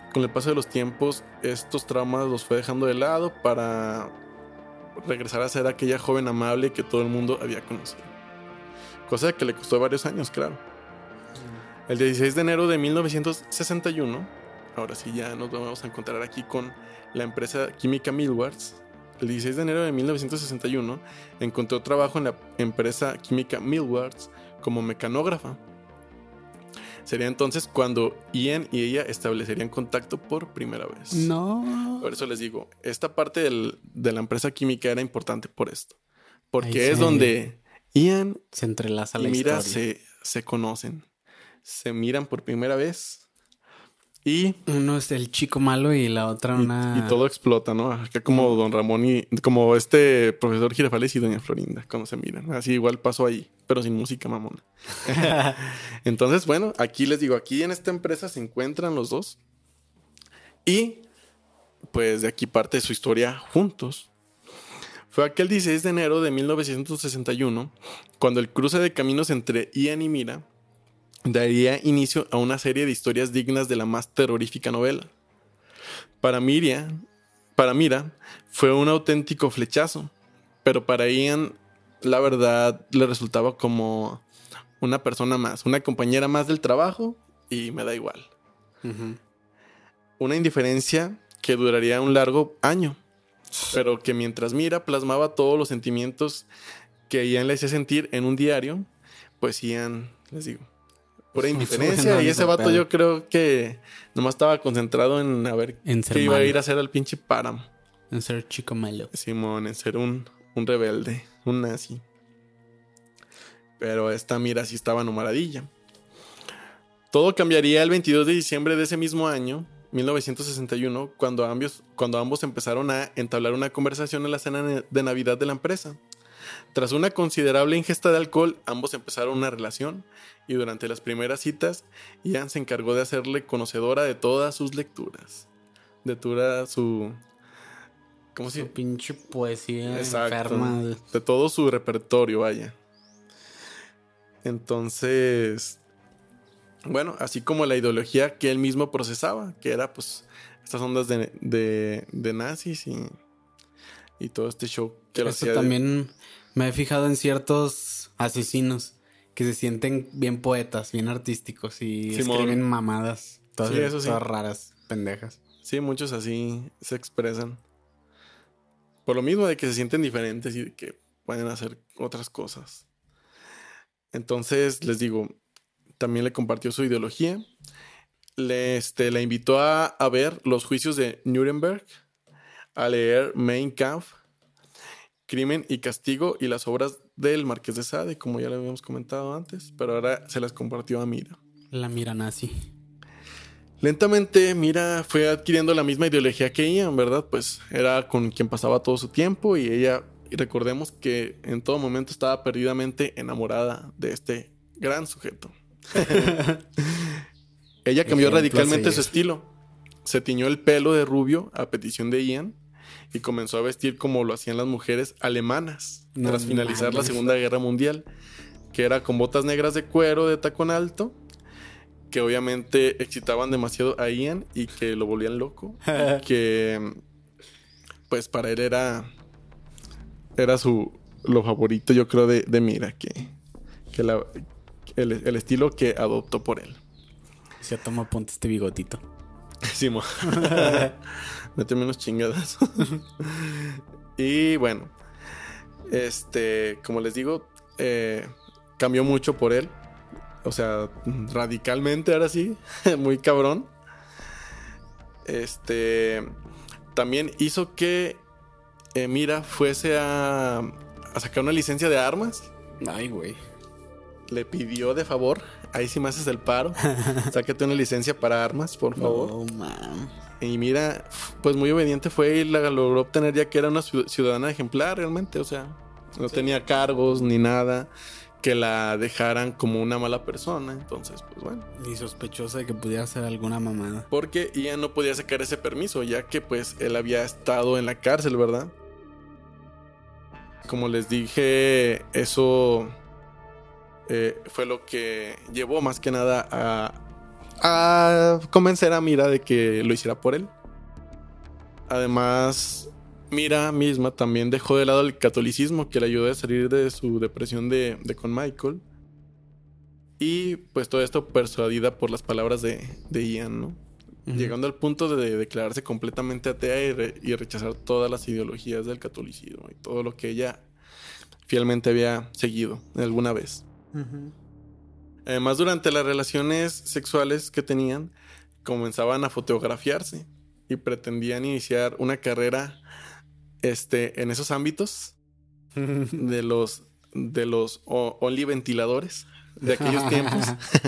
con el paso de los tiempos, estos traumas los fue dejando de lado para regresar a ser aquella joven amable que todo el mundo había conocido. Cosa que le costó varios años, claro. El dieciséis de enero de mil novecientos sesenta y uno, ahora sí ya nos vamos a encontrar aquí con la empresa química Millwards. El dieciséis de enero de mil novecientos sesenta y uno encontró trabajo en la empresa química Millwards como mecanógrafa. Sería entonces cuando Ian y ella establecerían contacto por primera vez. No. Por eso les digo, esta parte del, de la empresa química era importante por esto. Porque Ahí es se- donde Ian Se entrelaza y la Mira historia. se, se conocen. Se miran por primera vez. Y, Uno es el chico malo y la otra y- una... y todo explota, ¿no? Acá como Don Ramón y... Como este profesor Girafales y Doña Florinda, cuando se miran. Así igual pasó ahí, pero sin música mamona. Entonces, bueno, aquí les digo, aquí en esta empresa se encuentran los dos. Y, pues, de aquí parte su historia juntos. Fue aquel dieciséis de enero de mil novecientos sesenta y uno cuando el cruce de caminos entre Ian y Mira daría inicio a una serie de historias dignas de la más terrorífica novela. Para Miriam, para Mira, fue un auténtico flechazo, pero para Ian, la verdad, le resultaba como una persona más, una compañera más del trabajo y me da igual. Ujú. Una indiferencia que duraría un largo año, pero que mientras Mira plasmaba todos los sentimientos que Ian le hacía sentir en un diario, pues Ian, les digo, pura indiferencia. No, Y ni ese su vato pedo. yo creo que nomás estaba concentrado en a ver En ser qué iba a malo. ir a hacer al pinche páramo. En ser chico malo. Simón, en ser un, un rebelde, un nazi. Pero esta Mira sí estaba enamoradilla. Todo cambiaría el veintidós de diciembre de ese mismo año, mil novecientos sesenta y uno, cuando ambos, cuando ambos empezaron a entablar una conversación en la cena de Navidad de la empresa. Tras una considerable ingesta de alcohol, ambos empezaron una relación y durante las primeras citas, Ian se encargó de hacerle conocedora de todas sus lecturas. De toda su... ¿Cómo se Su pinche poesía Exacto. enferma. De todo su repertorio, vaya. Entonces, bueno, así como la ideología que él mismo procesaba, que era pues estas ondas de, de, de nazis y, y todo este show que lo Eso hacía de- también me he fijado en ciertos asesinos que se sienten bien poetas, bien artísticos y Simón. escriben mamadas. Todas, Sí, eso sí. todas raras, pendejas. Sí, muchos así se expresan. Por lo mismo de que se sienten diferentes y de que pueden hacer otras cosas. Entonces, les digo, también le compartió su ideología. Le, este, le invitó a, a ver los juicios de Nuremberg, a leer Mein Kampf, Crimen y Castigo y las obras del Marqués de Sade, como ya le habíamos comentado antes, pero ahora se las compartió a Mira. La mira nazi. Lentamente, Mira fue adquiriendo la misma ideología que Ian, ¿verdad? Pues era con quien pasaba todo su tiempo y ella, y recordemos que en todo momento estaba perdidamente enamorada de este gran sujeto. Ella cambió Ejemplo a radicalmente seguir. su estilo. Se tiñó el pelo de rubio a petición de Ian y comenzó a vestir como lo hacían las mujeres alemanas No tras finalizar la mames. Segunda Guerra Mundial, que era con botas negras de cuero de tacón alto, que obviamente excitaban demasiado a Ian y que lo volvían loco. Y que pues para él era era su lo favorito, yo creo, de, de Mira, que, que la, el, el estilo que adoptó por él. Se toma, ponte este bigotito. Simón. Méteme unos chingadas. Y bueno, este, como les digo, eh, cambió mucho por él. O sea, radicalmente ahora sí. Muy cabrón. Este, también hizo que eh, Mira fuese a, a sacar una licencia de armas. Ay, güey. Le pidió de favor, ahí sí me haces el paro, sácate una licencia para armas, por favor. No, man. Y Mira, pues muy obediente fue y la logró obtener, ya que era una ciu- ciudadana ejemplar realmente, o sea, no tenía cargos ni nada que la dejaran como una mala persona. Entonces, pues bueno, Y sospechosa de que pudiera hacer alguna mamada. porque ella no podía sacar ese permiso, ya que pues él había estado en la cárcel, ¿verdad? Como les dije, eso eh, fue lo que llevó más que nada a, a convencer a Mira de que lo hiciera por él. Además, Mira misma también dejó de lado el catolicismo, que le ayudó a salir de su depresión de, de con Michael. Y pues todo esto persuadida por las palabras de, de Ian, ¿no? Uh-huh. Llegando al punto de declararse completamente atea y, re, y rechazar todas las ideologías del catolicismo y todo lo que ella fielmente había seguido alguna vez. Uh-huh. Además, durante las relaciones sexuales que tenían, comenzaban a fotografiarse y pretendían iniciar una carrera este, en esos ámbitos de los, de los only ventiladores de aquellos tiempos.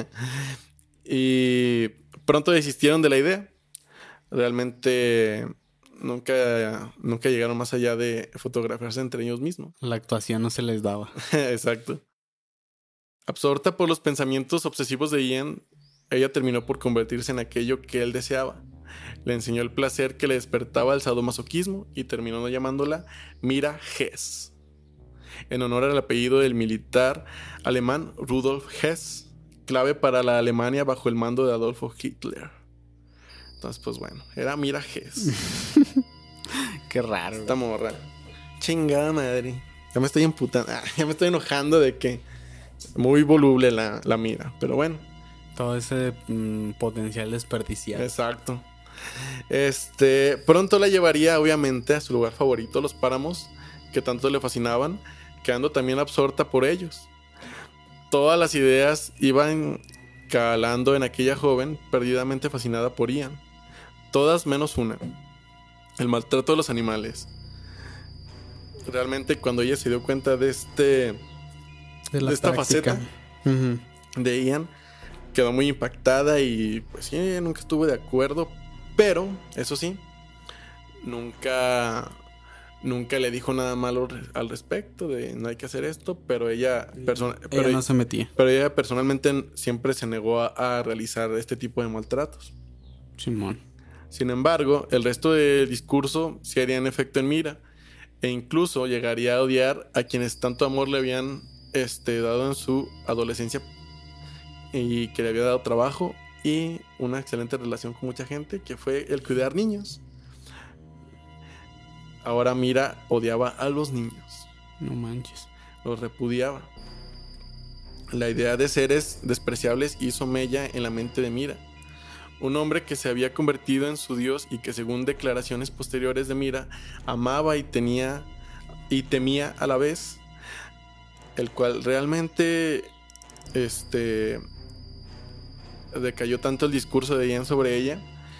Y pronto desistieron de la idea. Realmente nunca, nunca llegaron más allá de fotografiarse entre ellos mismos. La actuación no se les daba. Exacto. Absorta por los pensamientos obsesivos de Ian, ella terminó por convertirse en aquello que él deseaba. Le enseñó el placer que le despertaba el sadomasoquismo y terminó llamándola Mira Hess, en honor al apellido del militar alemán Rudolf Hess, clave para la Alemania bajo el mando de Adolfo Hitler. Entonces, pues bueno, era Mira Hess. Qué raro. Esta morra. Chingada madre. Ya me estoy emputando. Ah, ya me estoy enojando de que muy voluble la, la Mira. Pero bueno. Todo ese mmm, potencial desperdiciado. Exacto. Este, pronto la llevaría obviamente a su lugar favorito, los páramos, que tanto le fascinaban, quedando también absorta por ellos. Todas las ideas iban calando en aquella joven perdidamente fascinada por Ian. Todas menos una: el maltrato de los animales. Realmente, cuando ella se dio cuenta de este de, de esta práctica. faceta uh-huh. de Ian, quedó muy impactada y pues sí, nunca estuvo de acuerdo. Pero, eso sí, nunca, nunca le dijo nada malo al respecto de no hay que hacer esto, pero ella, perso- ella pero no se metía. Pero ella personalmente siempre se negó a, a realizar este tipo de maltratos. Simón. Sin embargo, el resto del discurso sí haría en efecto en Mira, e incluso llegaría a odiar a quienes tanto amor le habían este, dado en su adolescencia y que le había dado trabajo y una excelente relación con mucha gente, que fue el cuidar niños. Ahora Mira odiaba a los niños. No manches. Los repudiaba. La idea de seres despreciables hizo mella en la mente de Mira. Un hombre que se había convertido en su dios y que, según declaraciones posteriores de Mira, amaba y tenía y temía a la vez, el cual realmente este decayó tanto el discurso de Ian sobre ella,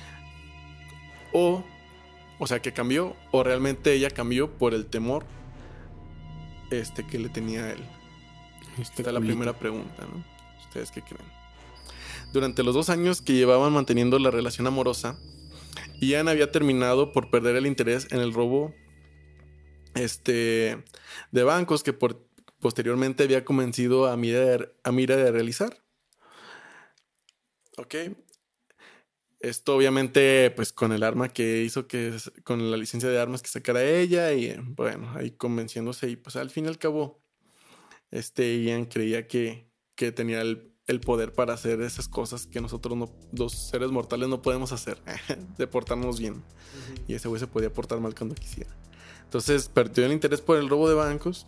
o o sea que cambió, o realmente ella cambió por el temor este que le tenía a él. Esta es la primera pregunta, ¿no? ¿Ustedes qué creen? Durante los dos años que llevaban manteniendo la relación amorosa, Ian había terminado por perder el interés en el robo este de bancos que por, posteriormente había convencido a Mira, a Mira de realizar. Ok. Esto obviamente pues con el arma que hizo que, con la licencia de armas que sacara ella, y bueno, ahí convenciéndose, y pues al fin y al cabo este Ian creía que, que tenía el, el poder para hacer esas cosas que nosotros no, los seres mortales no podemos hacer, de portarnos bien. Uh-huh. Y ese güey se podía portar mal cuando quisiera. Entonces perdió el interés por el robo de bancos.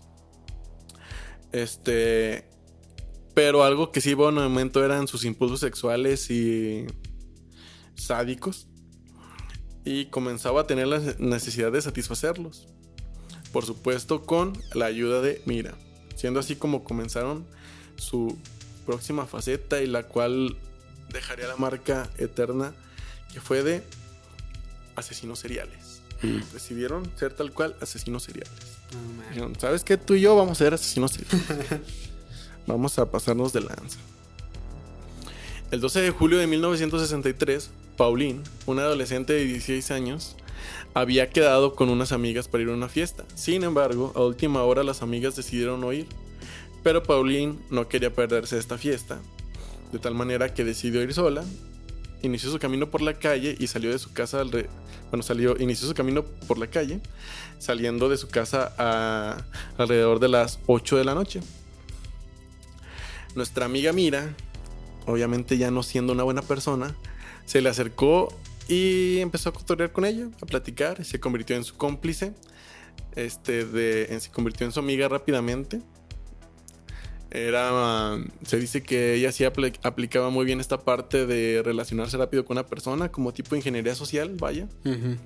Este... Pero algo que sí iba en un momento eran sus impulsos sexuales y sádicos, y comenzaba a tener la necesidad de satisfacerlos, por supuesto con la ayuda de Mira, siendo así como comenzaron su próxima faceta, y la cual dejaría la marca eterna que fue de asesinos seriales. Mm. Decidieron ser tal cual asesinos seriales. Oh, Dijeron, ¿sabes qué? Tú y yo vamos a ser asesinos seriales. Vamos a pasarnos de lanza. El doce de julio de mil novecientos sesenta y tres, Pauline, una adolescente de dieciséis años, había quedado con unas amigas para ir a una fiesta. Sin embargo, a última hora las amigas decidieron no ir, pero Pauline no quería perderse esta fiesta, de tal manera que decidió ir sola. Inició su camino por la calle y salió de su casa al re... bueno, salió, inició su camino por la calle, saliendo de su casa a alrededor de las ocho de la noche. Nuestra amiga Mira obviamente ya no siendo una buena persona, se le acercó y empezó a cotorrear con ella, a platicar, y se convirtió en su cómplice, este, de, en, se convirtió en su amiga rápidamente. Era, uh, se dice que ella sí apl- aplicaba muy bien esta parte de relacionarse rápido con una persona, como tipo ingeniería social, vaya. Uh-huh.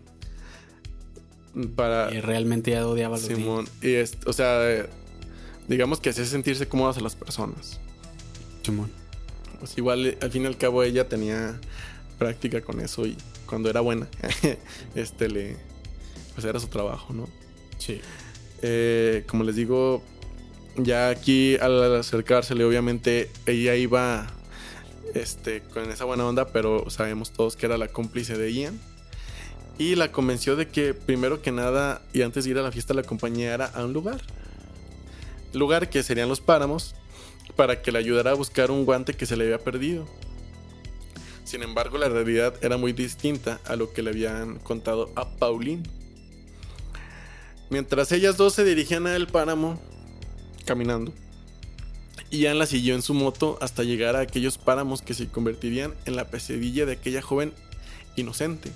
Para, y realmente ya odiaba a los Simón, niños. y es, o sea, eh, digamos que hacía sentirse cómodas a las personas. Simón. Pues igual, al fin y al cabo, ella tenía práctica con eso y cuando era buena, este le, pues era su trabajo, ¿no? Sí. Eh, como les digo, ya aquí al acercársele, obviamente ella iba, este, con esa buena onda, pero sabemos todos que era la cómplice de Ian. Y la convenció de que primero que nada y antes de ir a la fiesta la acompañara a un lugar. Lugar que serían los páramos, para que le ayudara a buscar un guante que se le había perdido. Sin embargo, la realidad era muy distinta a lo que le habían contado a Pauline. Mientras ellas dos se dirigían al páramo, caminando, Ian la siguió en su moto hasta llegar a aquellos páramos que se convertirían en la pesadilla de aquella joven inocente.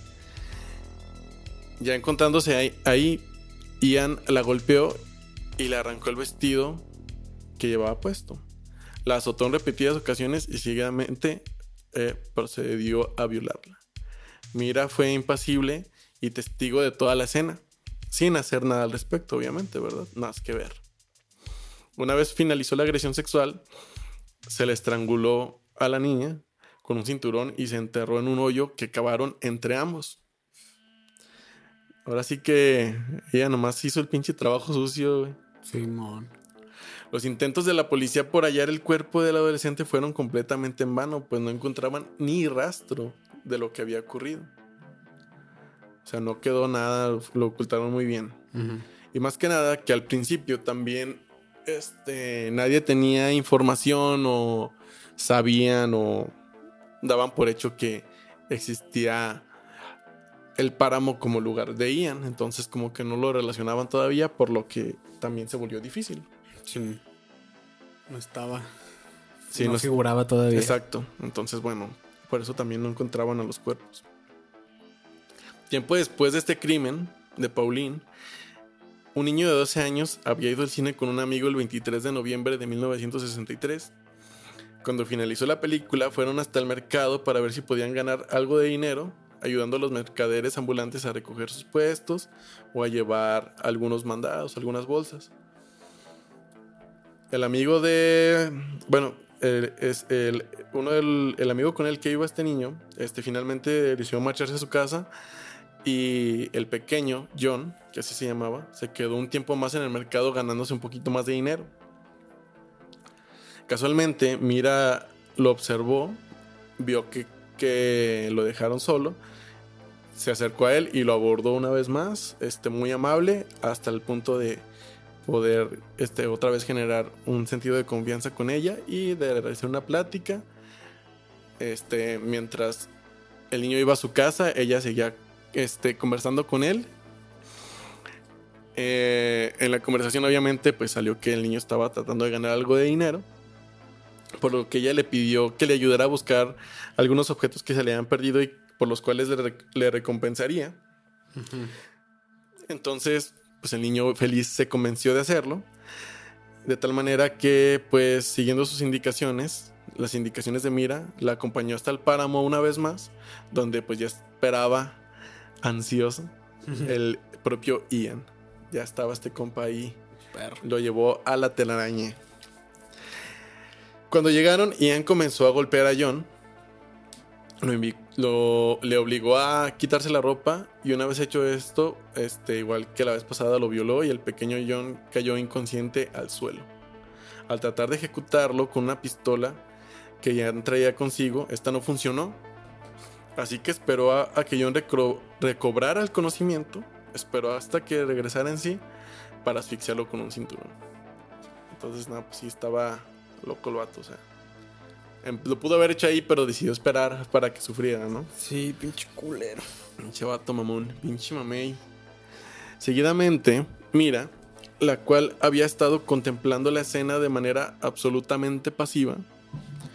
Ya encontrándose ahí, ahí, Ian la golpeó y le arrancó el vestido que llevaba puesto. La azotó en repetidas ocasiones y seguidamente eh, procedió a violarla. Mira fue impasible y testigo de toda la escena, sin hacer nada al respecto, obviamente, ¿verdad? Nada que ver. Una vez finalizó la agresión sexual, se le estranguló a la niña con un cinturón y se enterró en un hoyo que cavaron entre ambos. Ahora sí que ella nomás hizo el pinche trabajo sucio, güey. Simón. Los intentos de la policía por hallar el cuerpo del adolescente fueron completamente en vano, pues no encontraban ni rastro de lo que había ocurrido. O sea, no quedó nada, lo ocultaron muy bien. Uh-huh. Y más que nada, que al principio también este, nadie tenía información o sabían o daban por hecho que existía el páramo como lugar de Ian. Entonces como que no lo relacionaban todavía, por lo que también se volvió difícil. Sí. No estaba. Sí, no, no figuraba todavía. Exacto. Entonces, bueno, por eso también no encontraban a los cuerpos. Tiempo después de este crimen de Pauline, un niño de doce años había ido al cine con un amigo el veintitrés de noviembre de mil novecientos sesenta y tres. Cuando finalizó la película, fueron hasta el mercado para ver si podían ganar algo de dinero, ayudando a los mercaderes ambulantes a recoger sus puestos o a llevar algunos mandados, algunas bolsas. El amigo de... Bueno, el, es el, uno del, el amigo con el que iba este niño, este, finalmente decidió marcharse a su casa y el pequeño, John, que así se llamaba, se quedó un tiempo más en el mercado ganándose un poquito más de dinero. Casualmente, Mira lo observó, vio que, que lo dejaron solo, se acercó a él y lo abordó una vez más, este, muy amable, hasta el punto de poder este, otra vez generar un sentido de confianza con ella y de realizar una plática. Este, mientras el niño iba a su casa, ella seguía este, conversando con él. Eh, en la conversación obviamente pues salió que el niño estaba tratando de ganar algo de dinero, por lo que ella le pidió que le ayudara a buscar algunos objetos que se le habían perdido y por los cuales le, le recompensaría. Uh-huh. Entonces pues el niño feliz se convenció de hacerlo, de tal manera que pues siguiendo sus indicaciones, las indicaciones de Mira, la acompañó hasta el páramo una vez más, donde pues ya esperaba ansioso uh-huh. el propio Ian. Ya estaba este compa ahí. Perro. Lo llevó a la telaraña. Cuando llegaron, Ian comenzó a golpear a John. Lo, invi- lo le obligó a quitarse la ropa. Y una vez hecho esto, este, igual que la vez pasada, lo violó. Y el pequeño John cayó inconsciente al suelo. Al tratar de ejecutarlo con una pistola que ya traía consigo, esta no funcionó. Así que esperó a, a que John recro- recobrara el conocimiento. Esperó hasta que regresara en sí para asfixiarlo con un cinturón. Entonces, nada, pues sí estaba loco el vato, o sea. Em, lo pudo haber hecho ahí, pero decidió esperar para que sufriera, ¿no? Sí, pinche culero. Pinche vato mamón, pinche mamey. Seguidamente, Mira, la cual había estado contemplando la escena de manera absolutamente pasiva,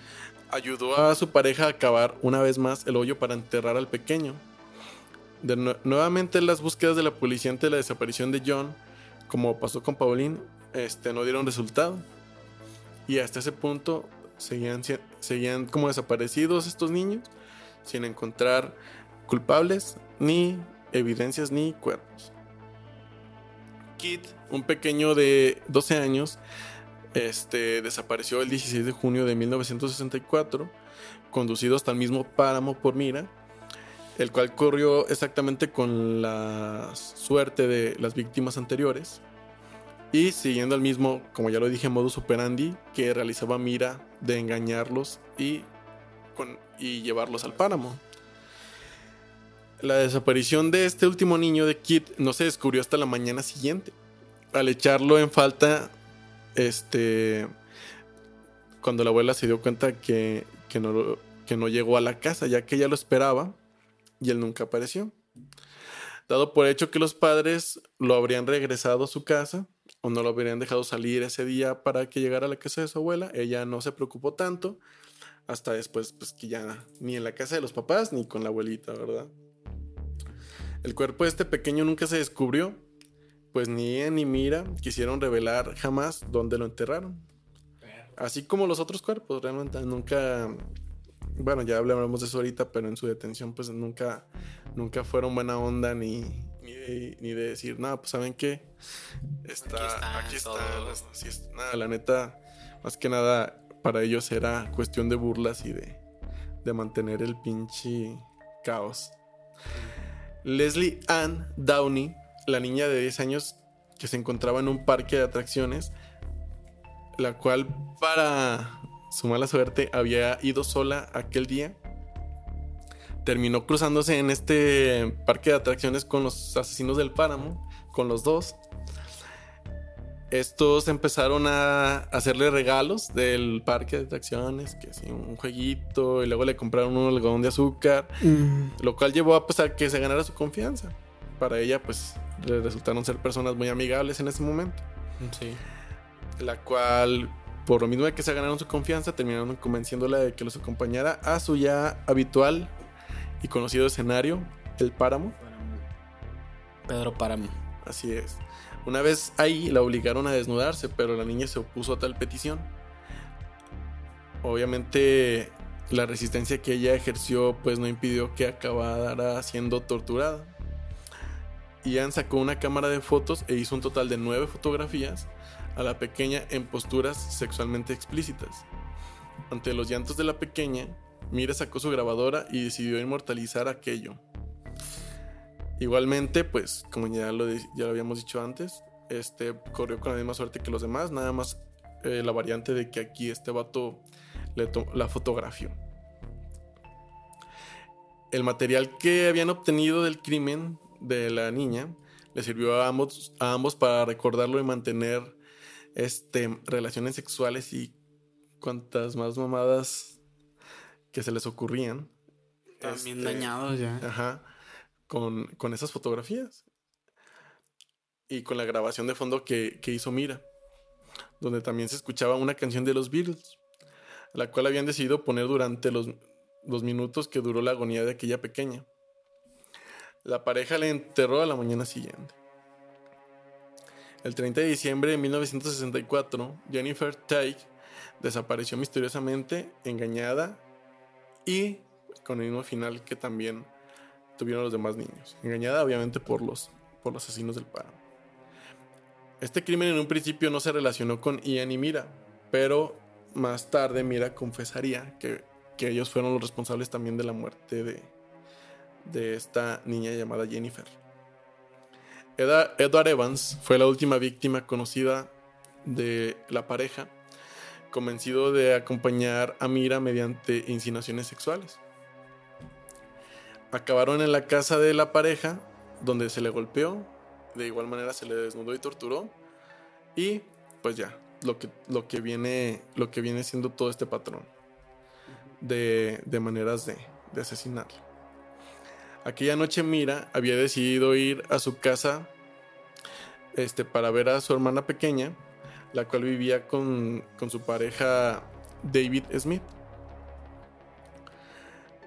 ayudó a su pareja a cavar una vez más el hoyo para enterrar al pequeño. De nu- nuevamente las búsquedas de la policía ante la desaparición de John, como pasó con Pauline, este, no dieron resultado. Y hasta ese punto seguían, si- seguían como desaparecidos estos niños, sin encontrar culpables, ni evidencias, ni cuerpos. Kit, un pequeño de doce años, este, desapareció el dieciséis de junio de mil novecientos sesenta y cuatro, conducido hasta el mismo páramo por Mira, el cual corrió exactamente con la suerte de las víctimas anteriores y siguiendo el mismo, como ya lo dije, modus operandi que realizaba Mira de engañarlos y, con, y llevarlos al páramo. La desaparición de este último niño de Kit no se descubrió hasta la mañana siguiente, al echarlo en falta, este, cuando la abuela se dio cuenta que, que, no, que no llegó a la casa, ya que ella lo esperaba y él nunca apareció. Dado por hecho que los padres lo habrían regresado a su casa o no lo habrían dejado salir ese día para que llegara a la casa de su abuela, ella no se preocupó tanto hasta después, pues que ya ni en la casa de los papás ni con la abuelita, ¿verdad? El cuerpo de este pequeño nunca se descubrió, pues ni ella ni Mira quisieron revelar jamás dónde lo enterraron. Así como los otros cuerpos, realmente nunca... Bueno, ya hablaremos de eso ahorita, pero en su detención pues nunca, nunca fueron buena onda ni, ni, de, ni de decir, no, pues ¿saben qué? Está, aquí está. Aquí está. Nada, la neta, más que nada para ellos era cuestión de burlas y de, de mantener el pinche caos. Leslie Ann Downey, la niña de diez años que se encontraba en un parque de atracciones, la cual para su mala suerte había ido sola aquel día, terminó cruzándose en este parque de atracciones con los asesinos del páramo, con los dos. Estos empezaron a hacerle regalos del parque de atracciones, que sí, un jueguito, y luego le compraron un algodón de azúcar, mm. lo cual llevó a, pues, a que se ganara su confianza. Para ella, pues, le resultaron ser personas muy amigables en ese momento. Sí. La cual, por lo mismo de que se ganaron su confianza, terminaron convenciéndola de que los acompañara a su ya habitual y conocido escenario, el páramo. Pedro Páramo. Así es. Una vez ahí la obligaron a desnudarse, pero la niña se opuso a tal petición. Obviamente la resistencia que ella ejerció pues no impidió que acabara siendo torturada. Ian sacó una cámara de fotos e hizo un total de nueve fotografías a la pequeña en posturas sexualmente explícitas. Ante los llantos de la pequeña, Mira sacó su grabadora y decidió inmortalizar aquello. Igualmente, pues, como ya lo, ya lo habíamos dicho antes, este corrió con la misma suerte que los demás, nada más eh, la variante de que aquí este vato le to- la fotografió. El material que habían obtenido del crimen de la niña le sirvió a ambos, a ambos para recordarlo y mantener este, relaciones sexuales y cuantas más mamadas que se les ocurrían. También este, dañados ya. Ajá. Con, con esas fotografías y con la grabación de fondo que, que hizo Mira, donde también se escuchaba una canción de los Beatles, la cual habían decidido poner durante los, los minutos que duró la agonía de aquella pequeña. La pareja le enterró a la mañana siguiente. El treinta de diciembre de mil novecientos sesenta y cuatro, Jennifer Teig desapareció misteriosamente, engañada y con el mismo final que también tuvieron los demás niños, engañada obviamente por los, por los asesinos del páramo. Este crimen en un principio no se relacionó con Ian y Mira, pero más tarde Mira confesaría que, que ellos fueron los responsables también de la muerte de, de esta niña llamada Jennifer. Eda, Edward Evans fue la última víctima conocida de la pareja, convencido de acompañar a Mira mediante insinuaciones sexuales. Acabaron en la casa de la pareja, donde se le golpeó, de igual manera se le desnudó y torturó, y pues ya, lo que, lo que, viene, lo que viene siendo todo este patrón de, de maneras de, de asesinarlo. Aquella noche Mira había decidido ir a su casa este, para ver a su hermana pequeña, la cual vivía con, con su pareja David Smith.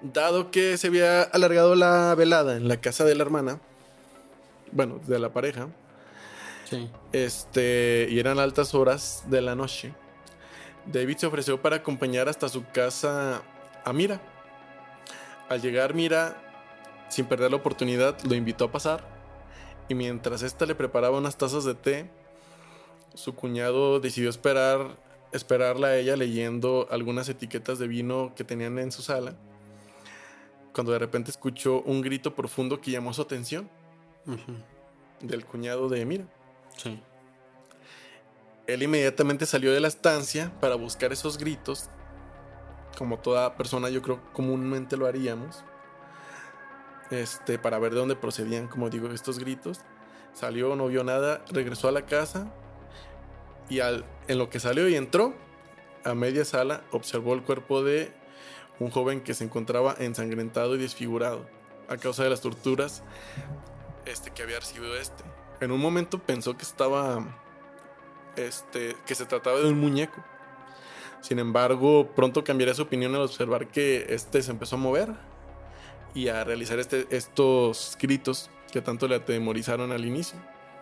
Dado que se había alargado la velada en la casa de la hermana, bueno, de la pareja, Sí. este, y eran altas horas de la noche, David se ofreció para acompañar hasta su casa a Mira. Al llegar Mira, sin perder la oportunidad, lo invitó a pasar, y mientras ésta le preparaba unas tazas de té, su cuñado decidió esperar, esperarla a ella leyendo algunas etiquetas de vino que tenían en su sala, cuando de repente escuchó un grito profundo que llamó su atención, Uh-huh. del cuñado de Mira. Sí. Él inmediatamente salió de la estancia para buscar esos gritos, como toda persona yo creo comúnmente lo haríamos, este, para ver de dónde procedían, como digo, estos gritos. Salió, no vio nada, regresó a la casa y al, en lo que salió y entró, a media sala, observó el cuerpo de un joven que se encontraba ensangrentado y desfigurado a causa de las torturas este, que había recibido este. En un momento pensó que estaba... Este, que se trataba de un muñeco. Sin embargo, pronto cambiaría su opinión al observar que este se empezó a mover y a realizar este, estos gritos que tanto le atemorizaron al inicio.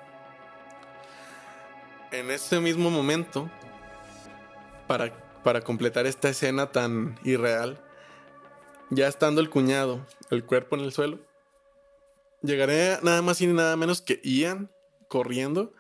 En ese mismo momento, para, para completar esta escena tan irreal, ya estando el cuñado, el cuerpo en el suelo, llegaré nada más y nada menos que Ian corriendo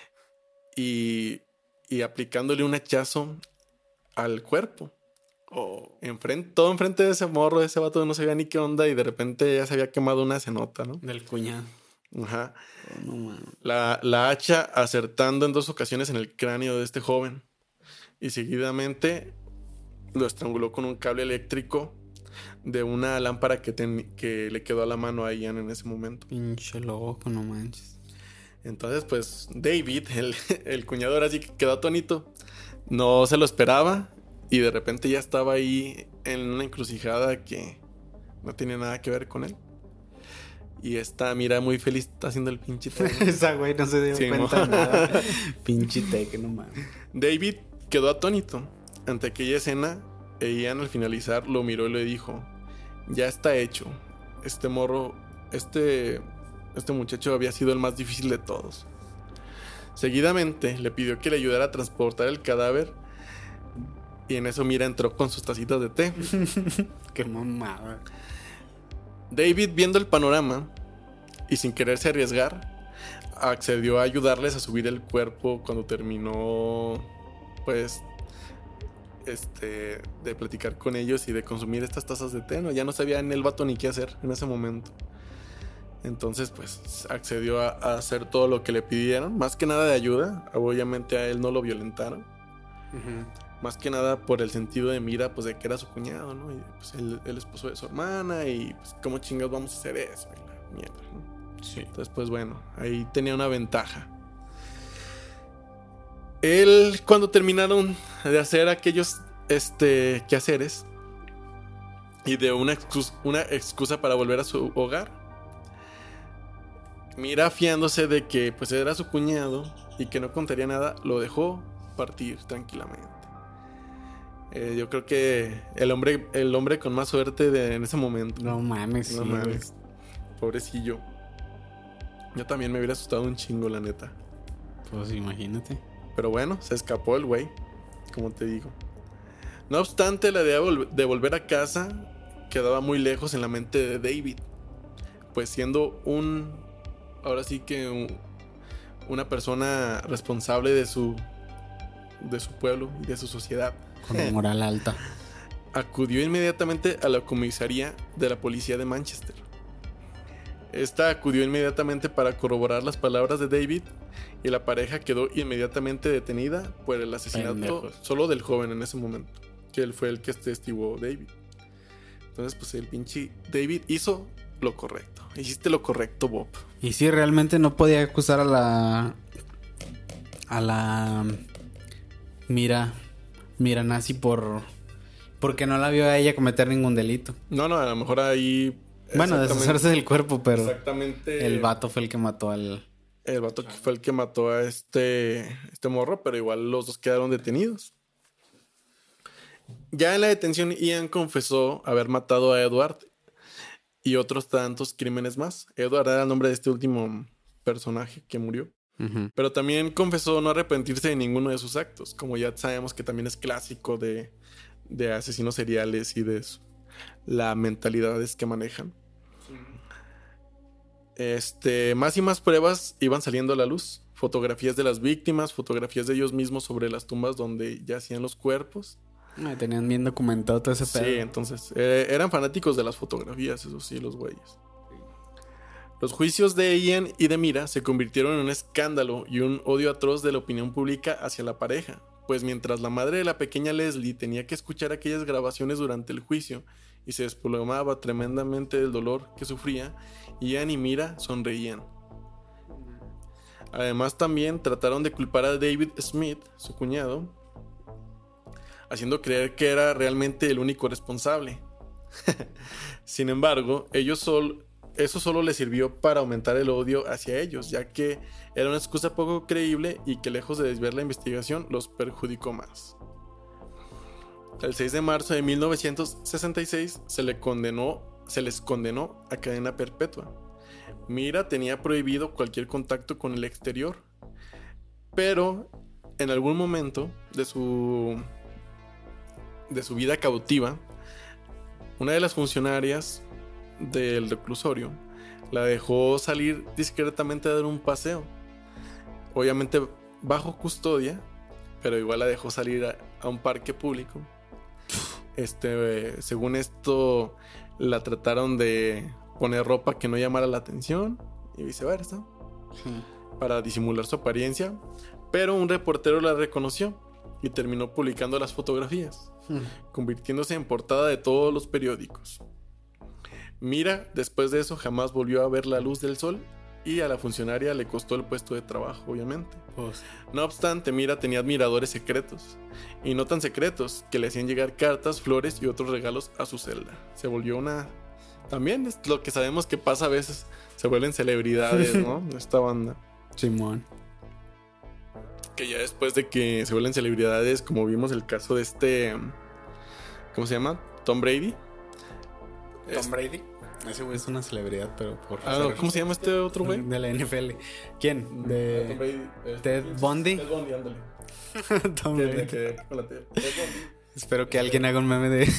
y, y aplicándole un hachazo al cuerpo. Oh. Enfrente, todo enfrente de ese morro, de ese vato no sabía ni qué onda y de repente ya se había quemado una cenota, ¿no? Del cuñado. Ajá. Oh, no, man. La, la hacha acertando en dos ocasiones en el cráneo de este joven. Y seguidamente lo estranguló con un cable eléctrico de una lámpara que, ten, que le quedó a la mano a Ian en ese momento. Pinche loco, no manches. Entonces, pues, David, el, el cuñado, ahora sí que quedó atónito. No se lo esperaba. Y de repente ya estaba ahí en una encrucijada que no tiene nada que ver con él. Y esta, mira, muy feliz está haciendo el pinche té. Esa güey no se dio Sí, cuenta ¿no? de nada. Pinche té, que no mames. David quedó atónito ante aquella escena. E Ian al finalizar lo miró y le dijo: ya está hecho. Este morro, este, este muchacho había sido el más difícil de todos. Seguidamente le pidió que le ayudara a transportar el cadáver. Y en eso Mira entró con sus tacitas de té. Qué mamada. David, viendo el panorama y sin quererse arriesgar, accedió a ayudarles a subir el cuerpo cuando terminó, pues, este, de platicar con ellos y de consumir estas tazas de té. ¿No? Ya no sabía en el vato ni qué hacer en ese momento. Entonces, pues, accedió a, a hacer todo lo que le pidieron. Más que nada de ayuda. Obviamente a él no lo violentaron. Uh-huh. Más que nada por el sentido de Mira, pues de que era su cuñado, ¿no? Y pues el, el esposo de su hermana. Y pues, ¿cómo chingados vamos a hacer eso? Y la mierda, ¿no? Sí. Entonces, pues bueno, ahí tenía una ventaja. Él, cuando terminaron de hacer aquellos este, quehaceres y de una excusa, una excusa para volver a su hogar, Mira, fiándose de que pues era su cuñado y que no contaría nada, lo dejó partir tranquilamente. Eh, yo creo que el hombre, el hombre con más suerte de, en ese momento. No mames, No sí, mames. Pobrecillo. Yo también me hubiera asustado un chingo, la neta. Pues imagínate. Pero bueno, se escapó el güey, como te digo. No obstante, la idea de volver a casa quedaba muy lejos en la mente de David. Pues siendo un... Ahora sí que un, una persona responsable de su... de su pueblo y de su sociedad. Con moral alta. Acudió inmediatamente a la comisaría de la policía de Manchester. Esta acudió inmediatamente para corroborar las palabras de David y la pareja quedó inmediatamente detenida por el asesinato Pendejos. solo del joven en ese momento, que él fue el que testiguó David. Entonces, pues el pinche David hizo lo correcto. Hiciste lo correcto, Bob. Y sí, realmente no podía acusar a la... A la... Mira... Mira nazi por... Porque no la vio a ella cometer ningún delito. No, no, a lo mejor ahí... Bueno, exactamente- deshacerse del cuerpo, pero... Exactamente. El vato fue el que mató al... El vato que fue el que mató a este, este morro, pero igual los dos quedaron detenidos. Ya en la detención, Ian confesó haber matado a Edward y otros tantos crímenes más. Edward era el nombre de este último personaje que murió. Uh-huh. Pero también confesó no arrepentirse de ninguno de sus actos, como ya sabemos que también es clásico de, de asesinos seriales y de su, la mentalidades que manejan. Sí. Este, más y más pruebas iban saliendo a la luz. Fotografías de las víctimas, fotografías de ellos mismos sobre las tumbas donde yacían los cuerpos. Ay, tenían bien documentado todo ese pedo. Sí, entonces eh, eran fanáticos de las fotografías, eso sí, los güeyes. Los juicios de Ian y de Mira se convirtieron en un escándalo y un odio atroz de la opinión pública hacia la pareja, pues mientras la madre de la pequeña Leslie tenía que escuchar aquellas grabaciones durante el juicio y se desplomaba tremendamente del dolor que sufría, Ian y Mira sonreían. Además también trataron de culpar a David Smith, su cuñado, haciendo creer que era realmente el único responsable. Sin embargo, ellos sol, eso solo les sirvió para aumentar el odio hacia ellos, ya que era una excusa poco creíble y que lejos de desviar la investigación los perjudicó más. El seis de marzo de mil novecientos sesenta y seis se, le condenó, se les condenó a cadena perpetua. Mira tenía prohibido cualquier contacto con el exterior, pero en algún momento de su, de su vida cautiva, una de las funcionarias del reclusorio la dejó salir discretamente a dar un paseo, obviamente bajo custodia, pero igual la dejó salir a, a un parque público. Este, según esto, la trataron de poner ropa que no llamara la atención y viceversa, sí, para disimular su apariencia, pero un reportero la reconoció y terminó publicando las fotografías, sí, convirtiéndose en portada de todos los periódicos. Mira, después de eso jamás volvió a ver la luz del sol y a la funcionaria le costó el puesto de trabajo, obviamente. Pues. No obstante, Mira tenía admiradores secretos, y no tan secretos, que le hacían llegar cartas, flores y otros regalos a su celda. Se volvió una... También es lo que sabemos que pasa a veces, se vuelven celebridades, ¿no? Esta banda. Simón. Que ya después de que se vuelven celebridades, como vimos el caso de este... ¿Cómo se llama? Tom Brady. Tom es... Brady. Ese güey es una celebridad, pero por... Ah, no, ¿cómo se llama este otro güey? De la N F L. ¿Quién? De... Tom Brady. Es, Ted Bundy. Ted Bundy, ándale. Tom Brady. Que, que, con la Ted Bundy. Espero que alguien haga un meme de...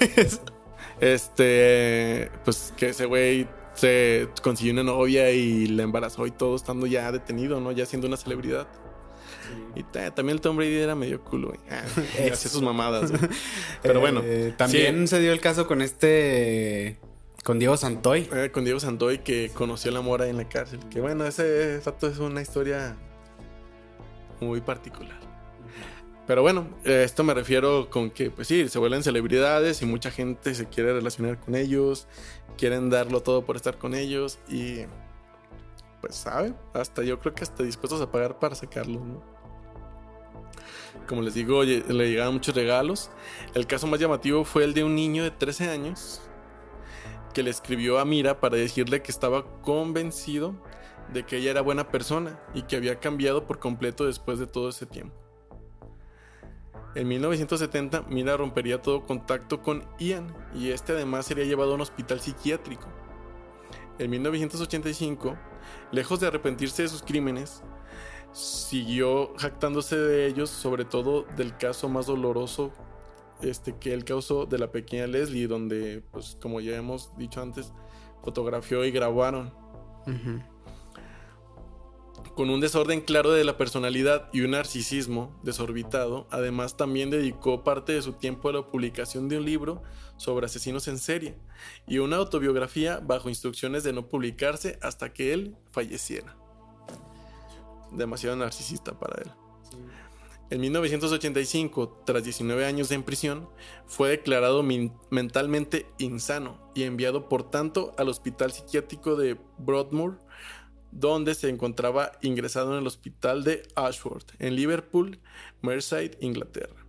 Este... Pues que ese güey se consiguió una novia y la embarazó y todo estando ya detenido, ¿no? Ya siendo una celebridad. Sí. Y t- también el Tom Brady era medio culo, güey. Ah, hacía sus mamadas, güey. Pero bueno. Eh, también sí. Se dio el caso con este... Con Diego Santoy. Eh, con Diego Santoy, que conoció a la mora en la cárcel. Que bueno, ese rato es una historia muy particular. Pero bueno, eh, esto me refiero con que, pues sí, se vuelven celebridades y mucha gente se quiere relacionar con ellos. Quieren darlo todo por estar con ellos. Y pues, ¿sabe? Hasta yo creo que hasta dispuestos a pagar para sacarlos, ¿no? Como les digo, le llegaban muchos regalos. El caso más llamativo fue el de un niño de trece años que le escribió a Mira para decirle que estaba convencido de que ella era buena persona y que había cambiado por completo después de todo ese tiempo. En mil novecientos setenta, Mira rompería todo contacto con Ian y este además sería llevado a un hospital psiquiátrico. En mil novecientos ochenta y cinco, lejos de arrepentirse de sus crímenes, siguió jactándose de ellos, sobre todo del caso más doloroso Este, que él causó de la pequeña Leslie, donde, pues, como ya hemos dicho antes, fotografió y grabaron. Uh-huh. Con un desorden claro de la personalidad y un narcisismo desorbitado, además también dedicó parte de su tiempo a la publicación de un libro sobre asesinos en serie y una autobiografía bajo instrucciones de no publicarse hasta que él falleciera. Demasiado narcisista para él. Sí. En mil novecientos ochenta y cinco, tras diecinueve años en prisión, fue declarado min- mentalmente insano y enviado por tanto al hospital psiquiátrico de Broadmoor, donde se encontraba ingresado en el hospital de Ashford, en Liverpool, Merseyside, Inglaterra.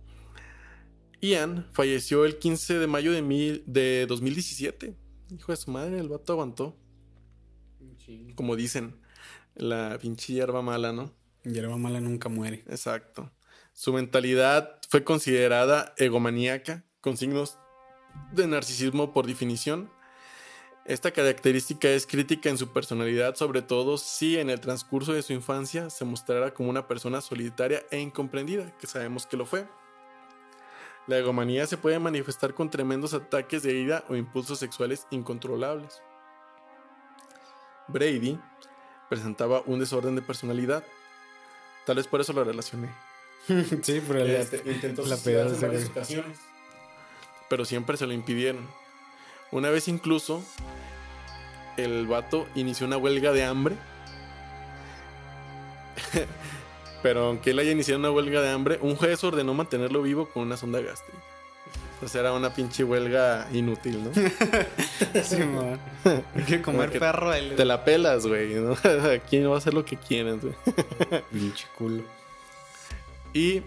Ian falleció el quince de mayo de, mil, de dos mil diecisiete. Hijo de su madre, el vato aguantó. Sí. Como dicen, la pinche hierba mala, ¿no? Hierba mala nunca muere. Exacto. Su mentalidad fue considerada egomaníaca, con signos de narcisismo por definición. Esta característica es crítica en su personalidad, sobre todo si en el transcurso de su infancia se mostrara como una persona solitaria e incomprendida, que sabemos que lo fue. La egomanía se puede manifestar con tremendos ataques de ira o impulsos sexuales incontrolables. Brady presentaba un desorden de personalidad. Tal vez por eso lo relacioné. Sí, pero la, Este, intentó la suicidarse peor en varias ocasiones, pero siempre se lo impidieron. Una vez incluso el vato inició una huelga de hambre. Pero aunque él haya iniciado una huelga de hambre, un juez ordenó mantenerlo vivo con una sonda gástrica. Entonces era una pinche huelga inútil, ¿no? Sí, man. Hay que comer Como que perro. El... Te la pelas, güey, ¿no? Aquí no va a hacer lo que quieras, güey. Pinche culo. Y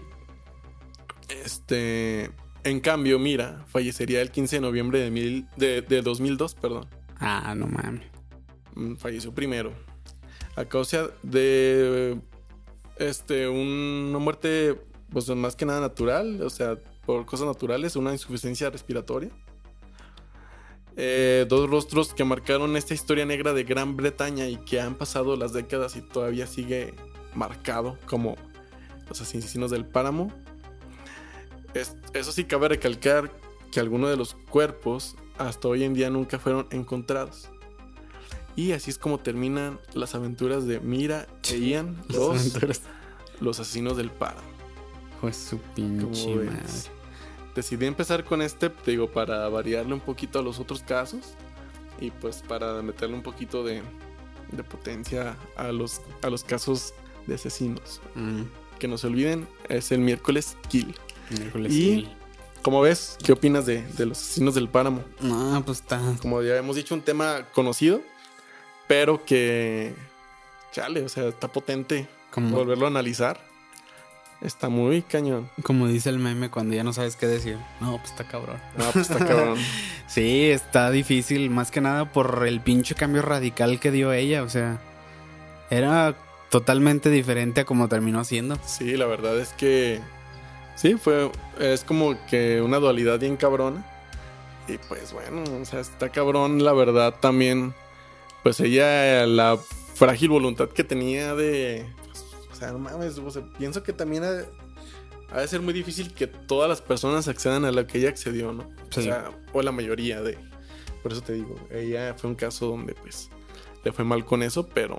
este, en cambio, Mira fallecería el quince de noviembre de, mil, de, de dos mil dos, perdón. Ah, no mames. Falleció primero a causa de este una muerte, pues más que nada natural, o sea, por cosas naturales, una insuficiencia respiratoria. Eh, dos rostros que marcaron esta historia negra de Gran Bretaña y que han pasado las décadas y todavía sigue marcado como los asesinos del páramo. Es, eso sí, cabe recalcar que algunos de los cuerpos hasta hoy en día nunca fueron encontrados. Y así es como terminan las aventuras de Mira e Ian, los, los asesinos del páramo. Pues su pinche madre. Decidí empezar con este, te digo, para variarle un poquito a los otros casos y pues para meterle un poquito de, de potencia a los, a los casos de asesinos. Mm. Que no se olviden, es el miércoles Kill. Miércoles Y, Kill. ¿cómo ves? ¿Qué opinas de, de los asesinos del páramo? No, pues está. Como ya hemos dicho, un tema conocido, pero que, chale, o sea, está potente Como, volverlo a analizar. Está muy cañón. como dice el meme cuando ya no sabes qué decir. No, pues está cabrón. No, pues está cabrón. Sí, está difícil, más que nada por el pinche cambio radical que dio ella. O sea, era totalmente diferente a como terminó siendo. Sí, la verdad es que sí, fue, es como que una dualidad bien cabrona. Y pues bueno, o sea, está cabrón, la verdad también. Pues ella, la frágil voluntad que tenía de... Pues, o sea, no mames, o sea, pienso que también ha, ha de ser muy difícil que todas las personas accedan a lo que ella accedió, ¿no? Sí. O sea, o la mayoría de... Por eso te digo, ella fue un caso donde pues le fue mal con eso, pero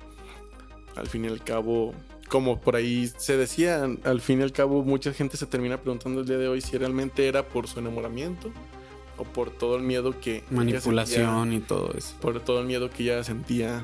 al fin y al cabo, como por ahí se decía, al fin y al cabo mucha gente se termina preguntando el día de hoy si realmente era por su enamoramiento o por todo el miedo que Manipulación ella y todo eso. sentía, por todo el miedo que ella sentía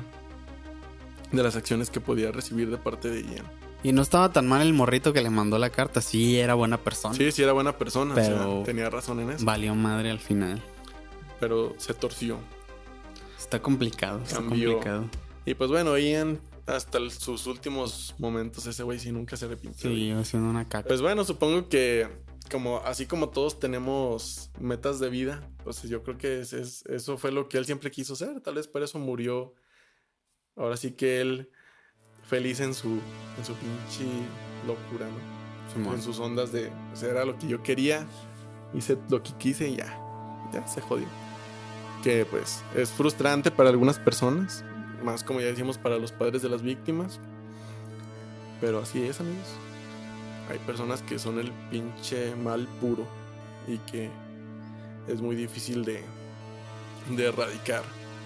de las acciones que podía recibir de parte de Ian. Y no estaba tan mal el morrito que le mandó la carta. Sí, era buena persona. Sí, sí era buena persona, Pero o sea, tenía razón en eso, valió madre al final. pero se torció. Está complicado, está Cambió. complicado. Y pues bueno, Ian hasta el- sus últimos momentos, ese güey sí nunca se arrepintió. Sí, haciendo una caca. Pues bueno, supongo que como así como todos tenemos metas de vida, pues yo creo que es, es- eso fue lo que él siempre quiso hacer. Tal vez por eso murió. Ahora sí que él feliz en su en su pinche locura, ¿no? Simón. En sus ondas de, pues era lo que yo quería, hice lo que quise y ya, ya se jodió. Que pues es frustrante para algunas personas, más como ya decimos para los padres de las víctimas. Pero así es, amigos. Hay personas que son el pinche mal puro y que es muy difícil de, de erradicar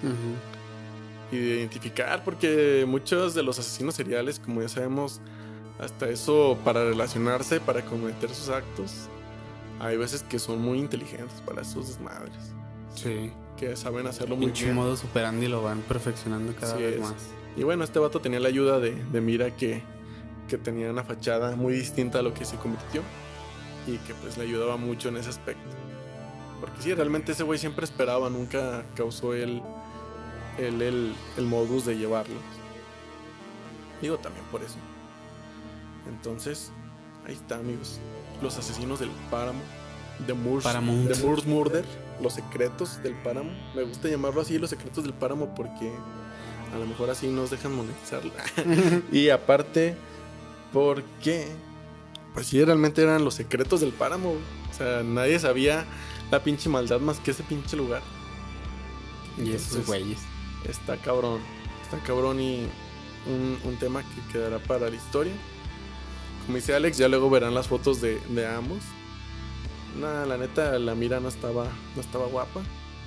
Ujú. y de identificar, porque muchos de los asesinos seriales, como ya sabemos, hasta eso para relacionarse, para cometer sus actos, hay veces que son muy inteligentes para esos desmadres, Sí. que saben hacerlo muy Pinche bien. modo superandi lo van perfeccionando cada Así vez es. más. Y bueno, este vato tenía la ayuda de, de Mira, que, que tenía una fachada muy distinta a lo que se convirtió y que pues le ayudaba mucho en ese aspecto. Porque sí, realmente ese güey siempre esperaba, nunca causó el, el, el, el modus de llevarlo. Digo también por eso. Entonces, ahí está, amigos. Los asesinos del páramo. The Moors, Paramount. The Moors Murder. Los secretos del páramo. Me gusta llamarlo así, los secretos del páramo, porque a lo mejor así nos dejan monetizarla. Y aparte, porque pues sí, realmente eran los secretos del páramo, güey. O sea, nadie sabía la pinche maldad más que ese pinche lugar. Y esos Entonces, güeyes. Está cabrón. Está cabrón y un, un tema que quedará para la historia. Como dice Alex, ya luego verán las fotos de, de ambos. Nah, la neta, la Mira no estaba, no estaba guapa.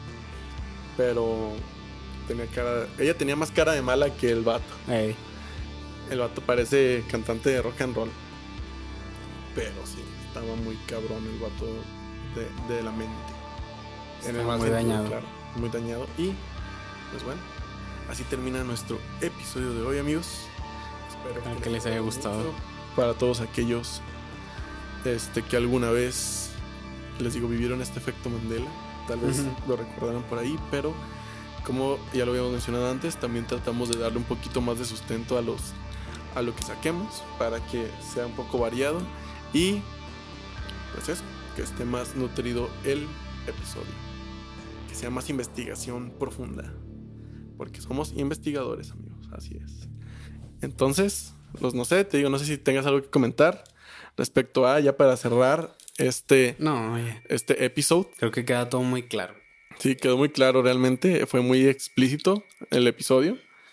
Pero tenía cara. Ella tenía más cara de mala que el vato. Ey. El vato parece cantante de rock and roll. Pero sí, estaba muy cabrón el vato de, de la mente. En el Estaba mal muy sentido, dañado. claro. Muy dañado. Y, pues bueno, así termina nuestro episodio de hoy, amigos. Espero Espero que les haya gustado. mucho. Para todos aquellos este, que alguna vez, les digo, vivieron este efecto Mandela. Tal vez Ujú. lo recordarán por ahí, pero como ya lo habíamos mencionado antes, también tratamos de darle un poquito más de sustento a los a lo que saquemos para que sea un poco variado y pues eso, que esté más nutrido el episodio, que sea más investigación profunda, porque somos investigadores, amigos, así es. Entonces, pues no sé, te digo, no sé si tengas algo que comentar respecto a, ya para cerrar este, No, oye. este episodio. Creo que queda todo muy claro. Sí, quedó muy claro realmente. Fue muy explícito el episodio.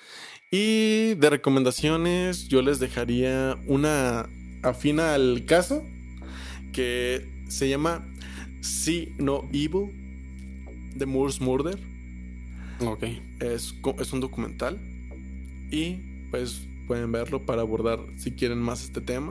Y de recomendaciones, yo les dejaría una afina al caso que se llama See No Evil, The Moors Murder. Ok. Es, co- es un documental. Y pues pueden verlo para abordar si quieren más este tema.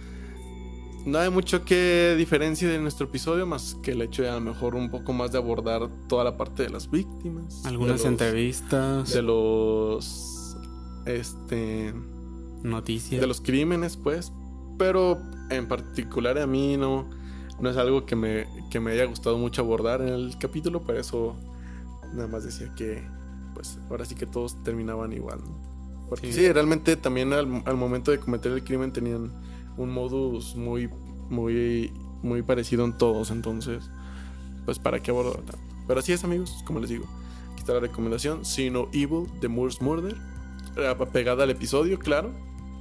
No hay mucho que diferencie de nuestro episodio, más que el hecho de a lo mejor un poco más de abordar toda la parte de las víctimas. Algunas de los- entrevistas, De los. Este. noticias. De los crímenes, pues. Pero en particular a mí no. No es algo que me, que me haya gustado mucho abordar en el capítulo. Por eso nada más decía que. Pues ahora sí que todos terminaban igual, ¿no? Porque sí, Sí. realmente también al, al momento de cometer el crimen tenían un modus muy, muy, muy parecido en todos. Entonces, pues para qué abordar tanto. Pero así es, amigos, como les digo. Aquí está la recomendación: See No Evil, The Moors Murder. Eh, Pegada al episodio, claro.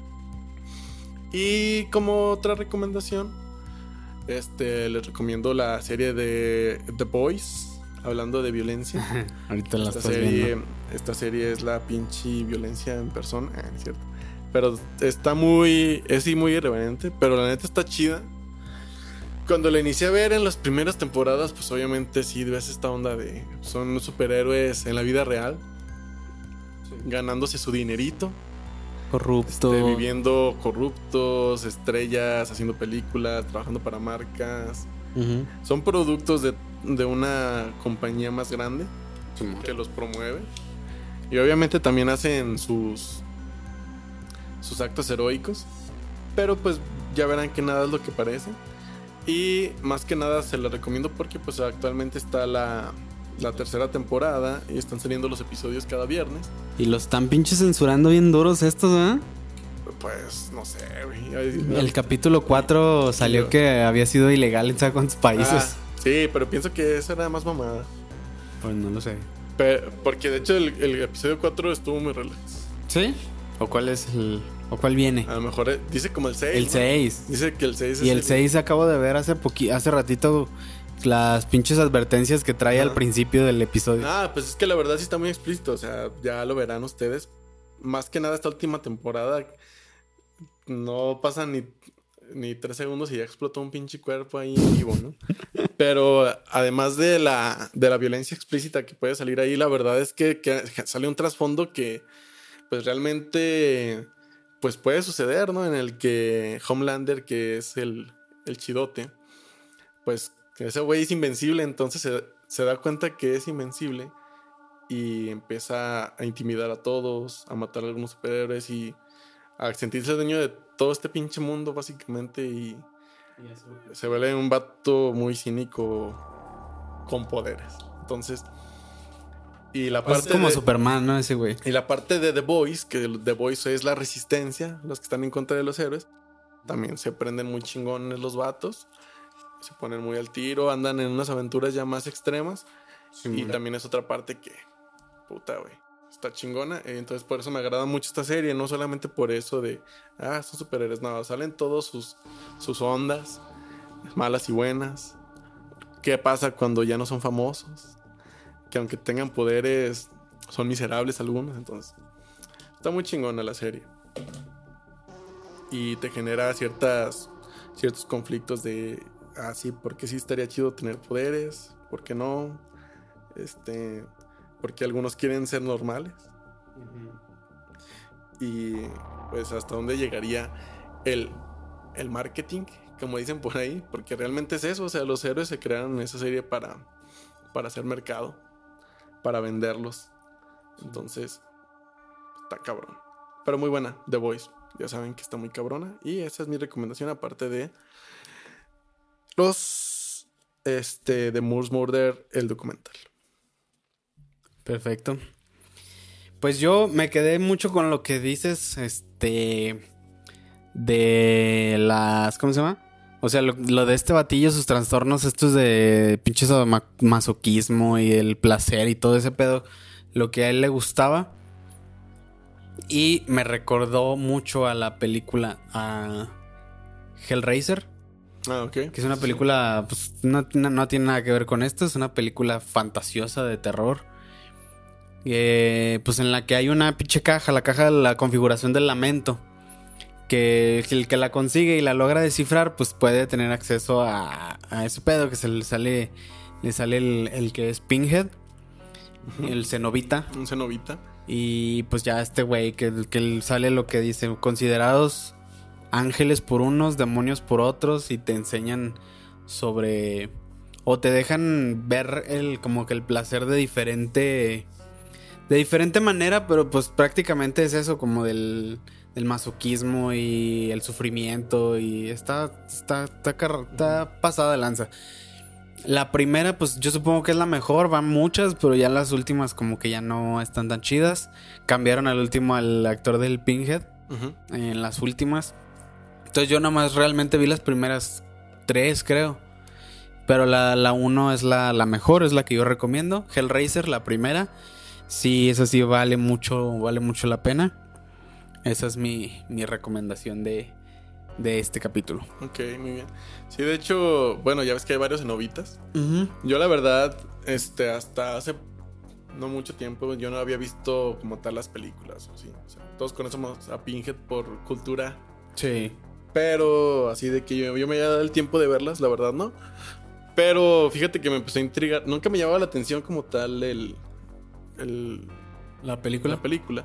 Y como otra recomendación, este, les recomiendo la serie de The Boys. Hablando de violencia. Ahorita la Esta estás serie, viendo. esta serie es la pinche violencia en persona. Ah, es cierto. Pero está muy. Es sí muy irreverente. Pero la neta está chida. Cuando la inicié a ver en las primeras temporadas, pues obviamente sí ves esta onda de. Son superhéroes en la vida real. Ganándose su dinerito. Corrupto. Este, viviendo corruptos, estrellas, haciendo películas, trabajando para marcas. Ujú. Son productos de, de una compañía más grande que los promueve. Y obviamente también hacen sus sus actos heroicos. Pero pues ya verán que nada es lo que parece. Y más que nada se los recomiendo porque pues actualmente está la, la tercera temporada y están saliendo los episodios cada viernes. Y los están pinches censurando bien duros estos, ¿eh? Pues no sé, güey. Ay, no. El capítulo cuatro salió Yo- que había sido ilegal en sabe cuántos países. Ah, sí, pero pienso que esa era más mamada. Pues no lo sé. Pe- porque de hecho el, el episodio cuatro estuvo muy relax. ¿Sí? ¿O cuál es el. ¿O cuál viene? A lo mejor eh, dice como el seis. El ¿no? seis. Dice que el seis es Y el seis acabo de ver hace poqui hace ratito las pinches advertencias que trae Ajá. al principio del episodio. Ah, pues es que la verdad sí está muy explícito. O sea, ya lo verán ustedes. Más que nada esta última temporada. No pasan ni, ni tres segundos y ya explotó un pinche cuerpo ahí en vivo, ¿no? Pero además de la, de la violencia explícita que puede salir ahí, la verdad es que, que sale un trasfondo que pues realmente pues puede suceder, ¿no? En el que Homelander, que es el, el chidote, pues ese güey es invencible, entonces se, se da cuenta que es invencible y empieza a intimidar a todos, a matar a algunos superhéroes y a sentirse dueño de todo este pinche mundo básicamente y se vuelve un vato muy cínico con poderes. Entonces, y la Pues parte es como de, Superman, ¿no? Ese güey. y la parte de The Boys, que The Boys es la resistencia, los que están en contra de los héroes, también se prenden muy chingones los vatos, se ponen muy al tiro, andan en unas aventuras ya más extremas. Y también es otra parte que, puta, güey. está chingona. Eh, entonces por eso me agrada mucho esta serie. No solamente por eso de, ah, son superhéroes. No, salen todos sus, sus ondas, malas y buenas. ¿Qué pasa cuando ya no son famosos? Que aunque tengan poderes, son miserables algunos. Entonces, está muy chingona la serie. Y te genera ciertas, ciertos conflictos de, ah, sí, porque sí estaría chido tener poderes, ¿por qué no? Este, porque algunos quieren ser normales. Uh-huh. Y pues hasta dónde llegaría el, el marketing, como dicen por ahí, porque realmente es eso, o sea, los héroes se crearon en esa serie para, para hacer mercado, para venderlos. Entonces, está cabrón. Pero muy buena, The Voice. Ya saben que está muy cabrona. Y esa es mi recomendación, aparte de los este de Moore's Murder, el documental. Perfecto. Pues yo me quedé mucho con lo que dices, este, de las, ¿cómo se llama? O sea, lo, lo de este batillo, sus trastornos, estos de pinches ma- masoquismo y el placer y todo ese pedo, lo que a él le gustaba. Y me recordó mucho a la película, a Hellraiser. Ah, ok. Que es una película, pues, no, no, no tiene nada que ver con esto. Es una película fantasiosa de terror. Eh, pues en la que hay una pinche caja, la caja de la configuración del lamento. Que el que la consigue y la logra descifrar, pues puede tener acceso a, a ese pedo que se le sale, le sale el, el que es Pinhead, uh-huh. El cenobita. Un cenobita. Y pues ya este güey que, que sale lo que dice, considerados ángeles por unos, demonios por otros, y te enseñan sobre, o te dejan ver el como que el placer de diferente de diferente manera, pero pues prácticamente es eso, como del, del masoquismo y el sufrimiento, y está está, está, está, está pasada de lanza. La primera, pues yo supongo que es la mejor, van muchas, pero ya las últimas como que ya no están tan chidas. Cambiaron al último al actor del Pinhead, uh-huh. En las últimas. Entonces yo nomás realmente vi las primeras tres, creo. Pero la, la uno es la, la mejor, es la que yo recomiendo. Hellraiser, la primera. Sí, esa sí vale mucho, vale mucho la pena. Esa es mi, mi recomendación de... de este capítulo. Ok, muy bien. Sí, de hecho, bueno, ya ves que hay varios cenobitas. Uh-huh. Yo la verdad, este, hasta hace no mucho tiempo, yo no había visto como tal las películas. ¿Sí? O sea, todos conocemos a Pinhead por cultura. Sí. Pero así de que yo, yo me haya dado el tiempo de verlas, la verdad no. Pero fíjate que me empezó a intrigar. Nunca me llamaba la atención como tal el... el ¿La película? La película.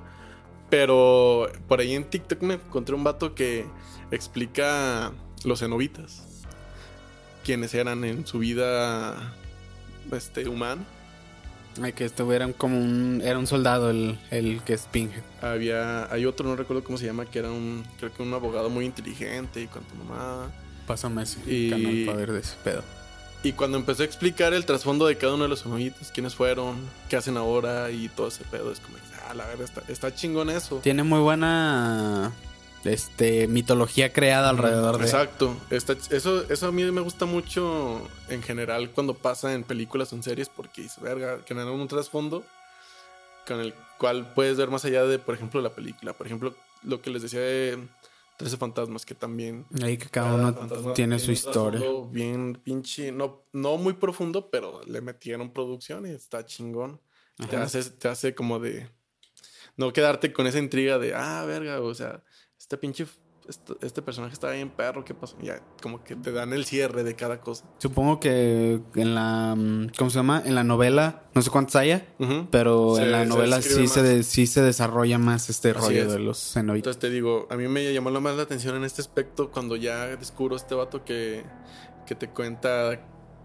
Pero por ahí en TikTok me encontré un vato que explica los cenobitas, quienes eran en su vida este humana. Ay, que esto era como un era un soldado el, el que es Pinhead. Había hay otro, no recuerdo cómo se llama, que era un creo que un abogado muy inteligente y cuanto mamá. Pásame ese y, canal para ver de ese pedo. Y cuando empezó a explicar el trasfondo de cada uno de los cenobitas, quiénes fueron, qué hacen ahora y todo ese pedo, es como, ah, la verdad está, está chingón eso. Tiene muy buena este mitología creada alrededor de... Exacto. Está, eso, eso a mí me gusta mucho en general cuando pasa en películas o en series, porque dice, verga, generan un trasfondo con el cual puedes ver más allá de, por ejemplo, la película. Por ejemplo, lo que les decía de trece fantasmas, que también... Ahí que cada uno tiene, tiene su historia. Bien pinche, no, no muy profundo, pero le metieron producción y está chingón. Te hace, te hace como de... No quedarte con esa intriga de, ah, verga, o sea, este pinche, este, este personaje está bien perro, ¿qué pasó? Ya, como que te dan el cierre de cada cosa. Supongo que en la, ¿cómo se llama? En la novela, no sé cuántos haya, uh-huh. pero se, en la novela se sí, se de, sí se desarrolla más este Así rollo es. de los cenobitas. Entonces te digo, a mí me llamó más la atención en este aspecto cuando ya descubro este vato que, que te cuenta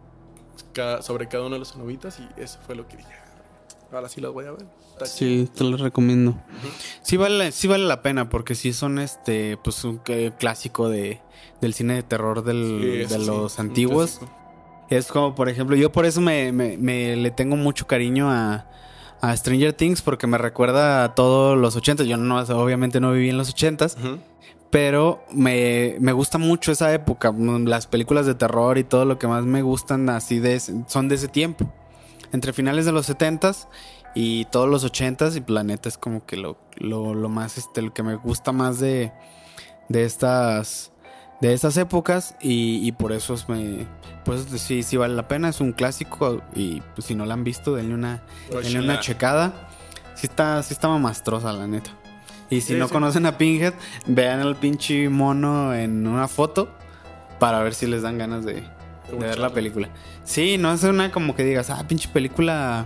cada, sobre cada uno de los cenobitas, y eso fue lo que dije. Ahora sí las voy a ver. Está sí, chido. Te los recomiendo. Uh-huh. Sí vale, sí vale la pena, porque sí son este, pues un eh, clásico de del cine de terror del, sí, de los sí, antiguos. Es como, por ejemplo, yo por eso me, me, me le tengo mucho cariño a, a Stranger Things, porque me recuerda a todos los ochentas. Yo no, obviamente no viví en los ochentas. Uh-huh. Pero me, me gusta mucho esa época. Las películas de terror y todo lo que más me gustan así de son de ese tiempo. Entre finales de los setentas y todos los ochentas, y la neta es como que lo, lo, lo más, este, lo que me gusta más de, de estas, de estas épocas, y, y por eso es me, por eso sí, sí vale la pena, es un clásico, y pues si no la han visto, denle una, denle una checada. Sí está, sí está mamastrosa, la neta. Y si Sí, no sí. conocen a Pinhead, vean al pinche mono en una foto para ver si les dan ganas de, de ver la película. Sí, no es una como que digas, ah, pinche película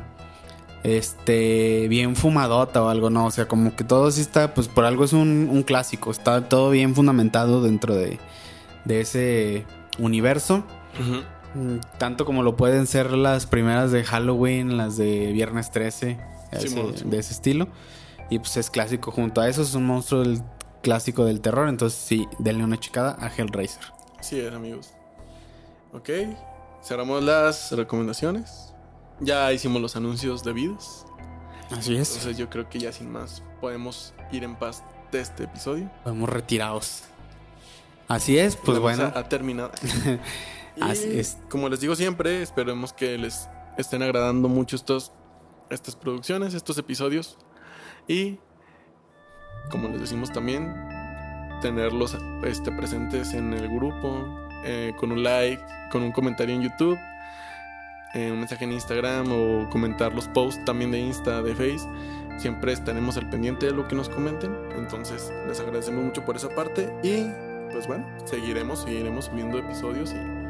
este bien fumadota o algo, no. O sea, como que todo sí está, pues por algo es un, un clásico. Está todo bien fundamentado dentro de, de ese universo. Ujú. Mm, Tanto como lo pueden ser las primeras de Halloween, las de Viernes trece, ese- Simón, Simón. de ese estilo. Y pues es clásico junto a eso, es un monstruo del clásico del terror. Entonces sí, denle una checada a Hellraiser. Así es, amigos. Ok, cerramos las recomendaciones. Ya hicimos los anuncios debidos. Así es. Entonces yo creo que ya sin más podemos ir en paz de este episodio. Podemos retirados. Así es, pues La bueno. mesa ha terminado. Y Así es. como les digo siempre, esperemos que les estén agradando mucho estos, estas producciones, estos episodios. Y como les decimos también, tenerlos este, presentes en el grupo, eh, con un like, con un comentario en YouTube, eh, un mensaje en Instagram o comentar los posts también de Insta, de Face. Siempre estaremos al pendiente de lo que nos comenten. Entonces les agradecemos mucho por esa parte. Y pues bueno, seguiremos, seguiremos subiendo episodios.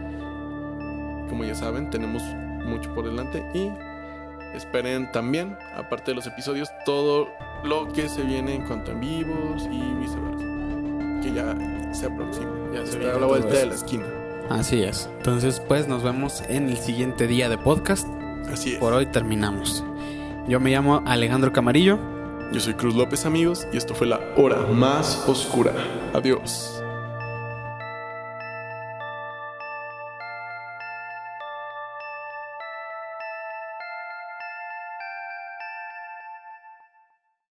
Y como ya saben, tenemos mucho por delante. Y esperen también, aparte de los episodios, todo lo que se viene en cuanto a en vivos y viceversa. Que ya se aproxima. Ya se está viene a la todo vuelta de eso. la esquina. Así es. Entonces, pues nos vemos en el siguiente día de podcast. Así es. Por hoy terminamos. Yo me llamo Alejandro Camarillo. Yo soy Cruz López, amigos, y esto fue la hora más oscura. Adiós.